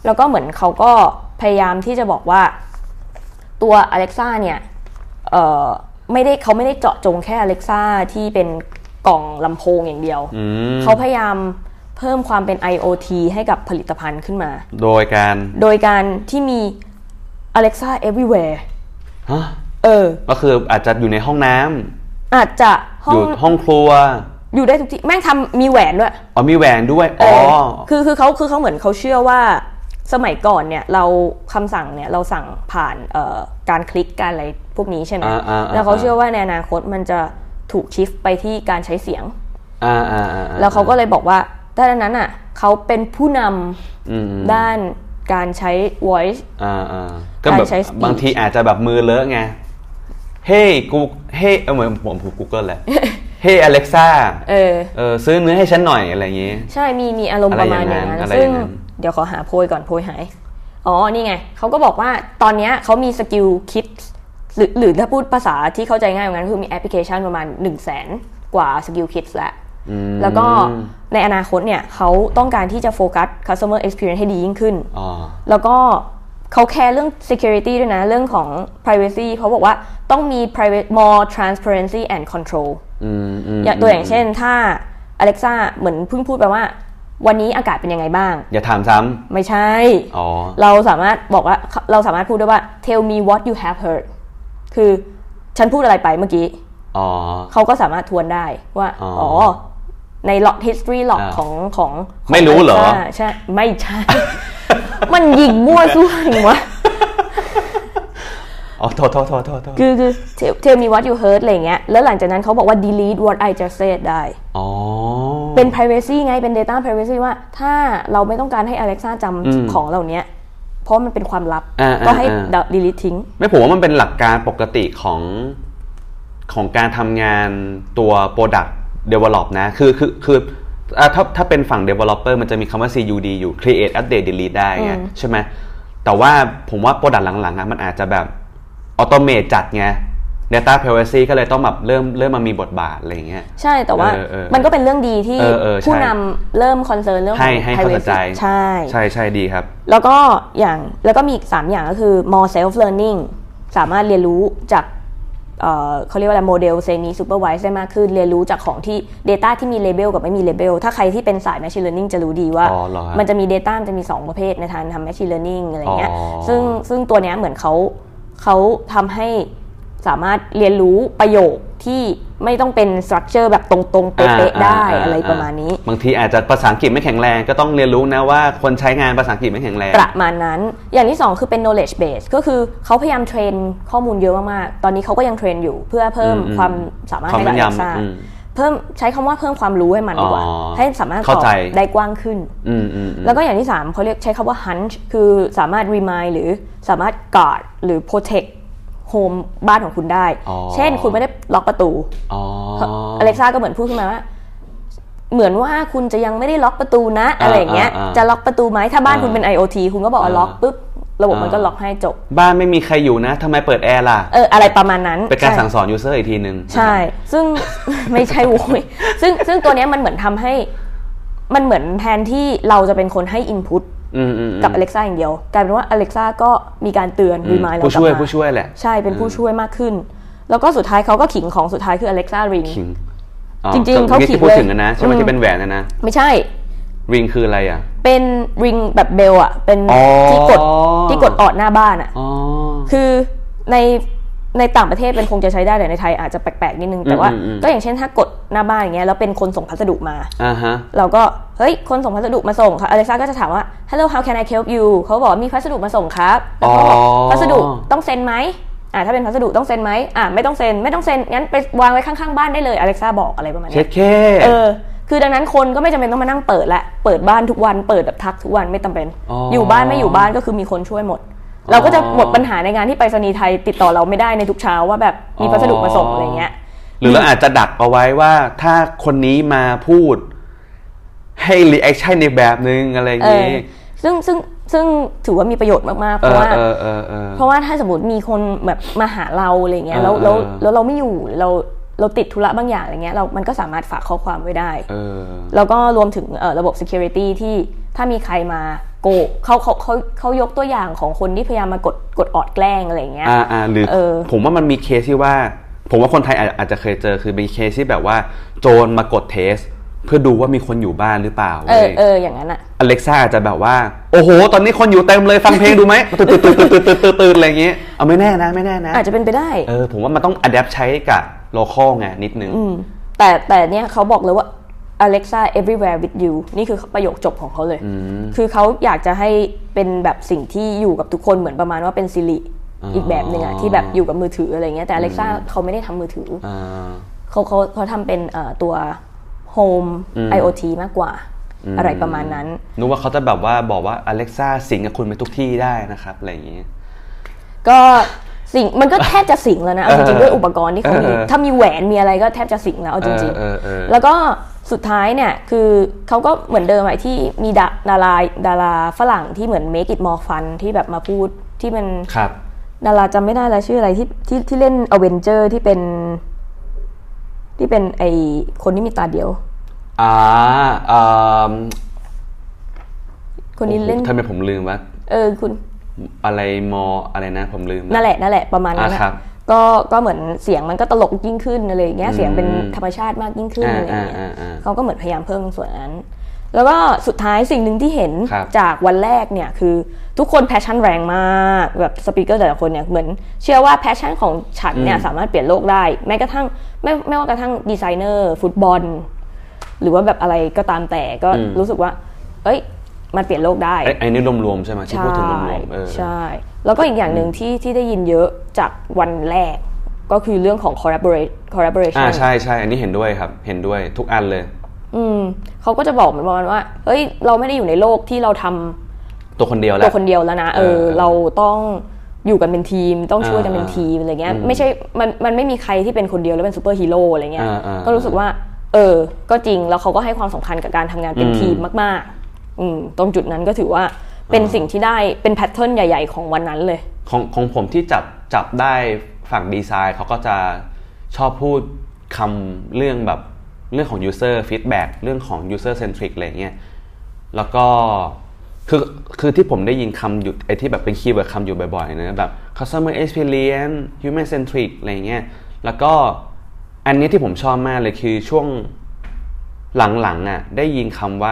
แล้วก็เหมือนเขาก็พยายามที่จะบอกว่าตัว Alexa เนี่ยเอ่อไม่ได้เขาไม่ได้เจาะจงแค่ Alexa ที่เป็นกล่องลำโพงอย่างเดียวเขาพยายามเพิ่มความเป็น ไอ โอ ที ให้กับผลิตภัณฑ์ขึ้นมาโดยการโดยการที่มี Alexa everywhere ฮะเออก็คืออาจจะอยู่ในห้องน้ำอาจจะอยู่ห้องครัวอยู่ได้ทุกที่แม่งทำมีแหวนด้วยอ๋อมีแหวนด้วยอ๋อคือคือเขาคือเขาเหมือนเขาเชื่อว่าสมัยก่อนเนี่ยเราคำสั่งเนี่ยเราสั่งผ่านเอ่อการคลิกการอะไรพวกนี้ใช่ไหมแล้วเขาเชื่อว่าในอนาคตมันจะถูกชิฟไปที่การใช้เสียงแล้วเขาก็เลยบอกว่าดังนั้นอ่ะเขาเป็นผู้นำด้านการใช้ voice ก็แบบบางทีอาจจะแบบมือเลอะไงเฮ้กูเฮ้เหมือนผมพูด Google แหละเฮ้ Alexa เออเออซื้อเนื้อให้ฉันหน่อยอะไรอย่างงี้ใช่มีมีอารมณ์ประมาณอย่างนั้นซึ่งเดี๋ยวขอหาโพยก่อนโพยหายอ๋อนี่ไงเขาก็บอกว่าตอนนี้เขามีสกิลคิดหรือหรือถ้าพูดภาษาที่เข้าใจง่ายกว่านั้นคือมีแอปพลิเคชันประมาณ หนึ่งแสน กว่าสกิลคิดแล้วแล้วก็ในอนาคตเนี่ยเขาต้องการที่จะโฟกัส customer experience ให้ดียิ่งขึ้นแล้วก็เขาแคร์เรื่อง security ด้วยนะเรื่องของ privacy เขาบอกว่าต้องมี private more transparency and control อย่างตัวอย่างเช่นถ้า Alexa เหมือนเพิ่งพูดไปว่าวันนี้อากาศเป็นยังไงบ้างอย่าถามซ้ำไม่ใช่เราสามารถบอกว่าเราสามารถพูดได้ว่า tell me what you have heard คือฉันพูดอะไรไปเมื่อกี้เขาก็สามารถทวนได้ว่าอ๋อใน log history log ของของไม่รู้เหรอใช่ไม่ใช่ มันยิงมั่วซั่วจริงวะอ๋อโทษโทษโทษโทษคือคือ tell me what you heard อะไรเงี้ยแล้วหลังจากนั้นเขาบอกว่า delete what I just said ได้อ๋อเป็น privacy ไงเป็น data privacy ว่าถ้าเราไม่ต้องการให้ Alexa จำของเหล่านี้เพราะมันเป็นความลับก็ให้ delete ทิ้งไม่ผมว่ามันเป็นหลักการปกติของของการทำงานตัว product develop นะคือคือคือถ้าถ้าเป็นฝั่ง developer มันจะมีคำว่า ซี ยู ดี อยู่ create update delete ได้ไงใช่ไหมแต่ว่าผมว่า product หลังๆอ่ะมันอาจจะแบบ automate จัดไง data privacy ก็เลยต้องแบบเริ่มเริ่มมามีบทบาทอะไรอย่างเงี้ยใช่แต่ว่ามันก็เป็นเรื่องดีที่ผู้นำเริ่ม concern เรื่องของ privacy ใช่ใช่ใช่ดีครับแล้วก็อย่างแล้วก็มีอีกสามอย่างก็คือ more self learning สามารถเรียนรู้จากเอ่อเขาเรียกว่าอะไรโมเดลเซมิซูเปอร์ไวซ์ได้มากขึ้นเรียนรู้จากของที่ Data ที่มี Label กับไม่มี Label ถ้าใครที่เป็นสาย Machine Learning จะรู้ดีว่ามันจะมี Data มันจะมีสองประเภทในทางทำ Machine Learning อะไรเงี้ยซึ่งซึ่งตัวเนี้ยเหมือนเขาเขาทำให้สามารถเรียนรู้ประโยคที่ไม่ต้องเป็นสตรัคเจอร์แบบตรงๆเป๊ะๆได้อะไรประมาณนี้บางทีอาจจะภาษาอังกฤษไม่แข็งแรงก็ต้องเรียนรู้นะว่าคนใช้งานภาษาอังกฤษไม่แข็งแรงประมาณนั้นอย่างที่สองคือเป็น knowledge base ก็คือเขาพยายามเทรนข้อมูลเยอะมากๆตอนนี้เขาก็ยังเทรนอยู่เพื่อเพิ่มความสามารถให้กับ Alexa เพิ่มใช้คำว่าเพิ่มความรู้ให้มันดีกว่าให้สามารถตอบได้กว้างขึ้นแล้วก็อย่างที่สามเขาเรียกใช้คำว่า hunch คือสามารถ remind หรือสามารถ guard หรือ protectโฮมบ้านของคุณได้เช่นคุณไม่ได้ล็อกประตูอเล็กซ่าก็เหมือนพูดขึ้นมาว่าเหมือนว่าคุณจะยังไม่ได้ล็อกประตูนะอะไรอย่างเงี้ยจะล็อกประตูไหมถ้าบ้านคุณเป็น ไอ โอ ที คุณก็บอกว่าล็อกปุ๊บระบบมันก็ล็อกให้จบบ้านไม่มีใครอยู่นะทำไมเปิดแอร์ล่ะเอออะไรประมาณนั้นเป็นการสั่งสอนยูเซอร์อีกทีนึงใช่ซึ่งไม่ใช่โว้ยซึ่งซึ่งตัวนี้มันเหมือนทำให้มันเหมือนแทนที่เราจะเป็นคนให้อินพุตกับ Alexa อย่างเดียวกลายเป็นว่า Alexa ก็มีการเตือน remind เราผู้ช่วยผู้ช่วยแหละใช่เป็นผู้ช่วยมากขึ้นแล้วก็สุดท้ายเขาก็ขิงของสุดท้ายคือ Alexa Ring จริงๆเขาขิงเลยพูดถึงกันนะใช่ไหมที่เป็นแหวนนะนะไม่ใช่ Ring คืออะไรอ่ะเป็น Ring แบบเบลอ่ะเป็นที่กดที่กดออดหน้าบ้านอ่ะคือในในต่างประเทศเป็นคงจะใช้ได้แต่ในไทยอาจจะแปลกๆนิดนึงแต่ว่าก็อย่างเช่นถ้ากดหน้าบ้านอย่างเงี้ยแล้วเป็นคนส่งพัสดุมาเราก็เฮ้ยคนส่งพัสดุมาส่งค่ะ Alexa ก็จะถามว่า Hello how can I help you เขาบอกมีพัสดุมาส่งครับแล้วเขาบอกพัสดุต้องเซ็นไหมอ่าถ้าเป็นพัสดุต้องเซ็นไหมอ่าไม่ต้องเซ็นไม่ต้องเซ็นงั้นไปวางไว้ข้างๆบ้านได้เลย Alexa บอกอะไรประมาณนี้เออคือดังนั้นคนก็ไม่จำเป็นต้องมานั่งเปิดละเปิดบ้านทุกวันเปิดแบบทักทุกวันไม่จำเป็นอยู่บ้านไม่อยู่บ้านก็คือมีคนช่วยหมดเราก็จะหมดปัญหาในงานที่ไปรษณีย์ไทยติดต่อเราไม่ได้ในทุกเช้าว่าแบบมีพัสดุมาส่งอะไรเงี้ยหรือเราอาจจะดักเอาไว้ว่าถ้าคนนี้มาพูดให้รีแอคชั่นในแบบนึงอะไรอย่างงี้ซึ่งซึ่งซึ่งถือว่ามีประโยชน์มากๆเพราะว่าเพราะว่าถ้าสมมติมีคนแบบมาหาเราอะไรเงี้ยแล้วแล้วแล้วเราไม่อยู่เราเราติดธุระบางอย่างอะไรเงี้ยเรามันก็สามารถฝากข้อความไว้ได้แล้วก็รวมถึงระบบ security ที่ถ้ามีใครมาโกเขาเขาเขาเขายกตัวอย่างของคนที่พยายามมากดกดออดแกล้งอะไรอย่างเงี้ยอ่าอ่าหรือเออผมว่ามันมีเคสที่ว่าผมว่าคนไทยอาจจะเคยเจอคือมีเคสที่แบบว่าโจรมากดเทสเพื่อดูว่ามีคนอยู่บ้านหรือเปล่าเออเอออย่างนั้นอะอเล็กซ่าอาจจะแบบว่าโอ้โหตอนนี้คนอยู่เต็มเลยฟังเพลงดูไหมตื่นตื่นตื่นตื่นตื่นตื่นตื่นอะไรอย่างเงี้ยเอาไม่แน่นะไม่แน่นะอาจจะเป็นไปได้เออผมว่ามันต้องอัดแอปใช้กับโลคอลไงนิดนึงแต่แต่เนี้ยเขาบอกเลยว่า Alexa everywhere with you นี่คือประโยคจบของเขาเลยคือเขาอยากจะให้เป็นแบบสิ่งที่อยู่กับทุกคนเหมือนประมาณว่าเป็นซิริอีกแบบนึงอะที่แบบอยู่กับมือถืออะไรเงี้ยแต่ Alexa เขาไม่ได้ทำมือถือเขาเขาเขาทำเป็นตัว Home ไอ โอ ที มากกว่าอะไรประมาณนั้นนึกว่าเขาจะแบบว่าบอกว่า Alexa สิงกับคุณไปทุกที่ได้นะครับอะไรอย่างงี้ก็สิงมันก็แทบจะสิงแล้วนะเอาจริงๆด้วยอุปกรณ์ที่เขามีถ้ามีแหวนมีอะไรก็แทบจะสิงแล้วเอาจริงๆแล้วก็สุดท้ายเนี่ยคือเขาก็เหมือนเดิมไอ้ที่มีดาราดาราฝรั่งที่เหมือน make it more fun ที่แบบมาพูดที่มันดาราจำไม่ได้แล้วชื่ออะไรที่ที่ที่เล่น Avenger ที่เป็นที่เป็นไอคนที่มีตาเดียวอ่าอ่าคนนี้เล่นทำไมผมลืมวะเออคุณอะไรมออะไรนะผมลืมนั่นแหละนั่นแหละประมาณนั้นนะก็ก็เหมือนเสียงมันก็ตลกยิ่งขึ้นอะไรอย่างเงี้ยเสียงเป็นธรรมชาติมากยิ่งขึ้นอะไรอย่างเงี้ยเขาก็เหมือนพยายามเพิ่มส่วนนั้นแล้วก็สุดท้ายสิ่งหนึ่งที่เห็นจากวันแรกเนี่ยคือทุกคนแพชชั่นแรงมากแบบสปีกเกอร์แต่ละคนเนี่ยเหมือนเชื่อว่าแพชชั่นของฉันเนี่ยสามารถเปลี่ยนโลกได้แม้กระทั่งไม่ไม่ว่ากระทั่งดีไซเนอร์ฟุตบอลหรือว่าแบบอะไรก็ตามแต่ก็รู้สึกว่าเอ้ยมันเปลี่ยนโลกได้ไอ้นี่รวมๆใช่ไหมที่พูดถึงรวมๆเออใช่แล้วก็อีกอย่างหนึ่งที่ที่ได้ยินเยอะจากวันแรกก็คือเรื่องของ collaborate collaboration อ่าใช่ใช่อันนี้เห็นด้วยครับเห็นด้วยทุกอันเลยอืมเขาก็จะบอกเหมือนประมาณว่าเฮ้ยเราไม่ได้อยู่ในโลกที่เราทำตัวคนเดียวแล้วตัวคนเดียวแล้วนะเออเราต้องอยู่กันเป็นทีมต้องช่วยกันเป็นทีมอะไรเงี้ยไม่ใช่มันมันไม่มีใครที่เป็นคนเดียวแล้วเป็นซูเปอร์ฮีโร่อะไรเงี้ยก็รู้สึกว่าเออก็จริงแล้วเขาก็ให้ความสำคัญกับการทำงานเป็นทีมมากๆอืมตรงจุดนั้นก็ถือว่าเป็นสิ่งที่ได้เป็นแพทเทิร์นใหญ่ๆของวันนั้นเลยของของผมที่จับจับได้ฝั่งดีไซน์เขาก็จะชอบพูดคำเรื่องแบบเรื่องของ user feedback เรื่องของ user centric อะไรเงี้ยแล้วก็คือคือที่ผมได้ยินคำอยู่ไอ้ที่แบบเป็นคีย์เวิร์ดคำอยู่บ่อยๆนะแบบ customer experience human centric อะไรเงี้ยแล้วก็อันนี้ที่ผมชอบมากเลยคือช่วงหลังๆอ่ะได้ยินคำว่า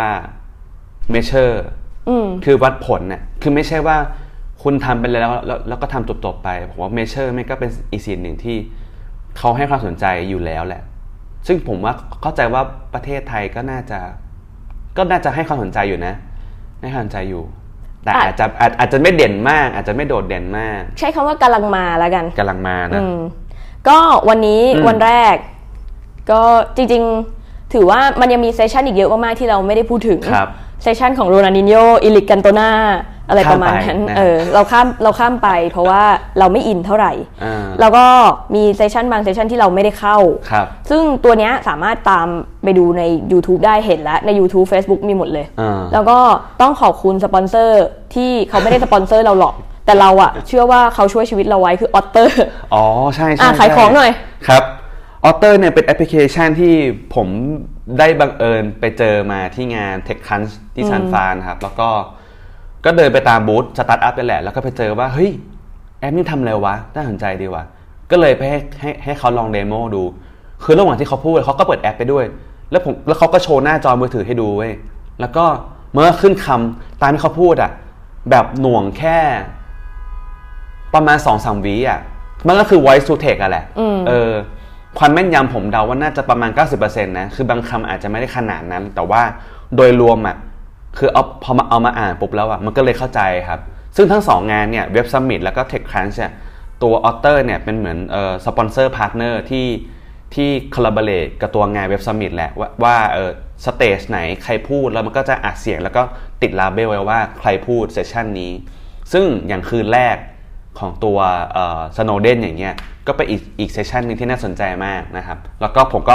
measure คือวัดผลน่ะคือไม่ใช่ว่าคุณทำไปแล้วแล้วแล้วก็ทำจบๆไปผมว่า measure มันก็เป็นอีกสิ่งหนึ่งที่เขาให้ความสนใจอยู่แล้วแหละซึ่งผมว่าเข้าใจว่าประเทศไทยก็น่าจะก็น่าจะให้ความสนใจอยู่นะให้ความสนใจอยู่แต่อาจจะอาจอาจจะไม่เด่นมากอาจจะไม่โดดเด่นมากใช้คำว่ากำลังมาแล้วกันกำลังมานะก็วันนี้วันแรกก็จริงๆถือว่ามันยังมีเซสชันอีกเยอะมากๆที่เราไม่ได้พูดถึงเซสชันของโรนัลดินโญ่อิลิกกันโตนาอะไรประมาณนั้นเออเราข้ามเราข้ามไปเพราะว่าเราไม่อินเท่าไหร่แล้วก็มีเซสชันบางเซสชันที่เราไม่ได้เข้าซึ่งตัวเนี้ยสามารถตามไปดูใน YouTube ได้เห็นแล้วใน YouTube Facebook มีหมดเลยแล้วก็ต้องขอบคุณสปอนเซอร์ที่เขาไม่ได้สปอนเซอร์เราหรอกแต่เราอะเชื่อว่าเขาช่วยชีวิตเราไว้คือ Otter อ๋อใช่ใช่ขายของหน่อยครับ Otter เนี่ยเป็นแอปพลิเคชันที่ผมได้บังเอิญไปเจอมาที่งาน TechCrunch ที่ซานฟรานครับแล้วก็ก็เดินไปตามบูธสตาร์ทอัพไปแหละแล้วก็ไปเจอว่าเฮ้ยแอปนี้ทำอะไรวะน่าสนใจดีวะก็เลยไปให้ให้ให้เขาลองเดโมดูคือระหว่างที่เขาพูดเขาก็เปิดแอปไปด้วยแล้วผมแล้วเขาก็โชว์หน้าจอมือถือให้ดูเว้ยแล้วก็เมื่อขึ้นคำตามที่เขาพูดอ่ะแบบหน่วงแค่ประมาณ สองถึงสาม วิอ่ะมันก็คือ voice to text อ่ะแหละเออความแม่นยำผมเดาว่าน่าจะประมาณ เก้าสิบเปอร์เซ็นต์ นะคือบางคำอาจจะไม่ได้ขนาดนั้นแต่ว่าโดยรวมอ่ะคือเอาพอมาเอามาอ่านปุ๊บแล้วอ่ะมันก็เลยเข้าใจครับซึ่งทั้งสองงานเนี่ยเว็บซัมมิตแล้วก็ TechCrunch เนี่ยตัว Otter เนี่ยเป็นเหมือนเอ่อสปอนเซอร์พาร์ทเนอร์ที่ที่คอลลาบอเรทกับตัวงานเว็บซัมมิตแหละว่าว่าเอ่อสเตจไหนใครพูดแล้วมันก็จะอัดเสียงแล้วก็ติดลาเบลไว้ว่าใครพูดเซสชันนี้ซึ่งอย่างคืนแรกของตัวเอ่อ Snowden อย่างเงี้ยก็เป็นอีกอีกเซสชันนึงที่น่าสนใจมากนะครับแล้วก็ผมก็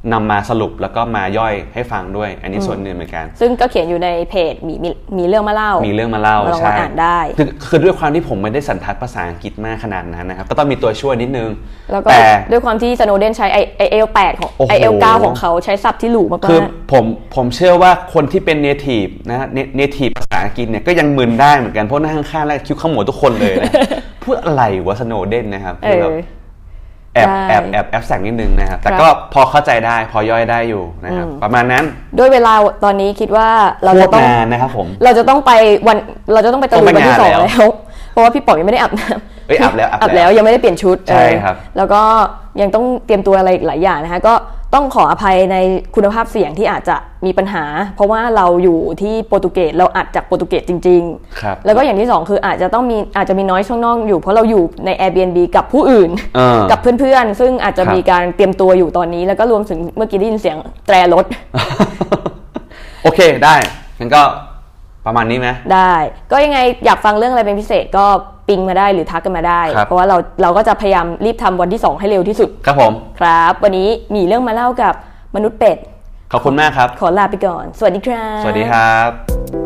นำมาสรุปแล้วก็มาย่อยให้ฟังด้วยอันนี้ส่วนหนึ่งเหมือนกันซึ่งก็เขียนอยู่ในเพจมีมีมีเรื่องมาเล่ามีเรื่องมาเล่าใช่อ่านได้คือคือด้วยความที่ผมไม่ได้สันทัดภาษาอังกฤษมากขนาดนั้นนะครับก็ต้องมีตัวช่วยนิดนึงแล้วก็ด้วยความที่สโนเดนใช้ไอเอลแปดของไอเอลเก้าของเขาใช้ศัพท์ที่หลูมากๆคือผมผมเชื่อว่าคนที่เป็นเนทีฟนะเนทีฟภาษาอังกฤษเนี่ยก็ยังมึนได้เหมือนกันเพราะนั่งข้างๆแล้วคิ้วขมวดทุกคนเลยนะพูดอะไรวะสโนเดนนะครับคือแบบแอบแอบแอบแอบแสงนิดนึงนะครับแต่ก็พอเข้าใจได้พอย่อยได้อยู่นะครับประมาณนั้นด้วยเวลาตอนนี้คิดว่าเราจะต้องนะครับผมเราจะต้องไปวันเราจะต้องไปตะลุยวันที่สองแล้วเพราะว่าพี่ป๋องยังไม่ได้อาบน้ำเอ้ยอาบแล้วอาบแล้วยังไม่ได้เปลี่ยนชุดใช่ครับแล้วก็ยังต้องเตรียมตัวอะไรหลายอย่างนะคะก็ต้องขออภัยในคุณภาพเสียงที่อาจจะมีปัญหาเพราะว่าเราอยู่ที่โปรตุเกสเราอัดจากโปรตุเกสจริงๆแล้วก็อย่างที่สองคืออาจจะต้องมีอาจจะมีน้อยช่องนอกอยู่เพราะเราอยู่ใน Airbnb กับผู้อื่นกับเพื่อนๆซึ่งอาจจะมีการเตรียมตัวอยู่ตอนนี้แล้วก็รวมถึงเมื่อกี้ได้ยินเสียงแตรรถโอเคได้งั้นก็ประมาณนี้ไหมได้ก็ยังไงอยากฟังเรื่องอะไรเป็นพิเศษก็ปิงมาได้หรือทักกันมาได้เพราะว่าเราเราก็จะพยายามรีบทำวันที่สองให้เร็วที่สุดครับผมครับวันนี้มีเรื่องมาเล่ากับมนุษย์เป็ดขอบคุณมากครับขอลาไปก่อนสวัสดีครับสวัสดีครับ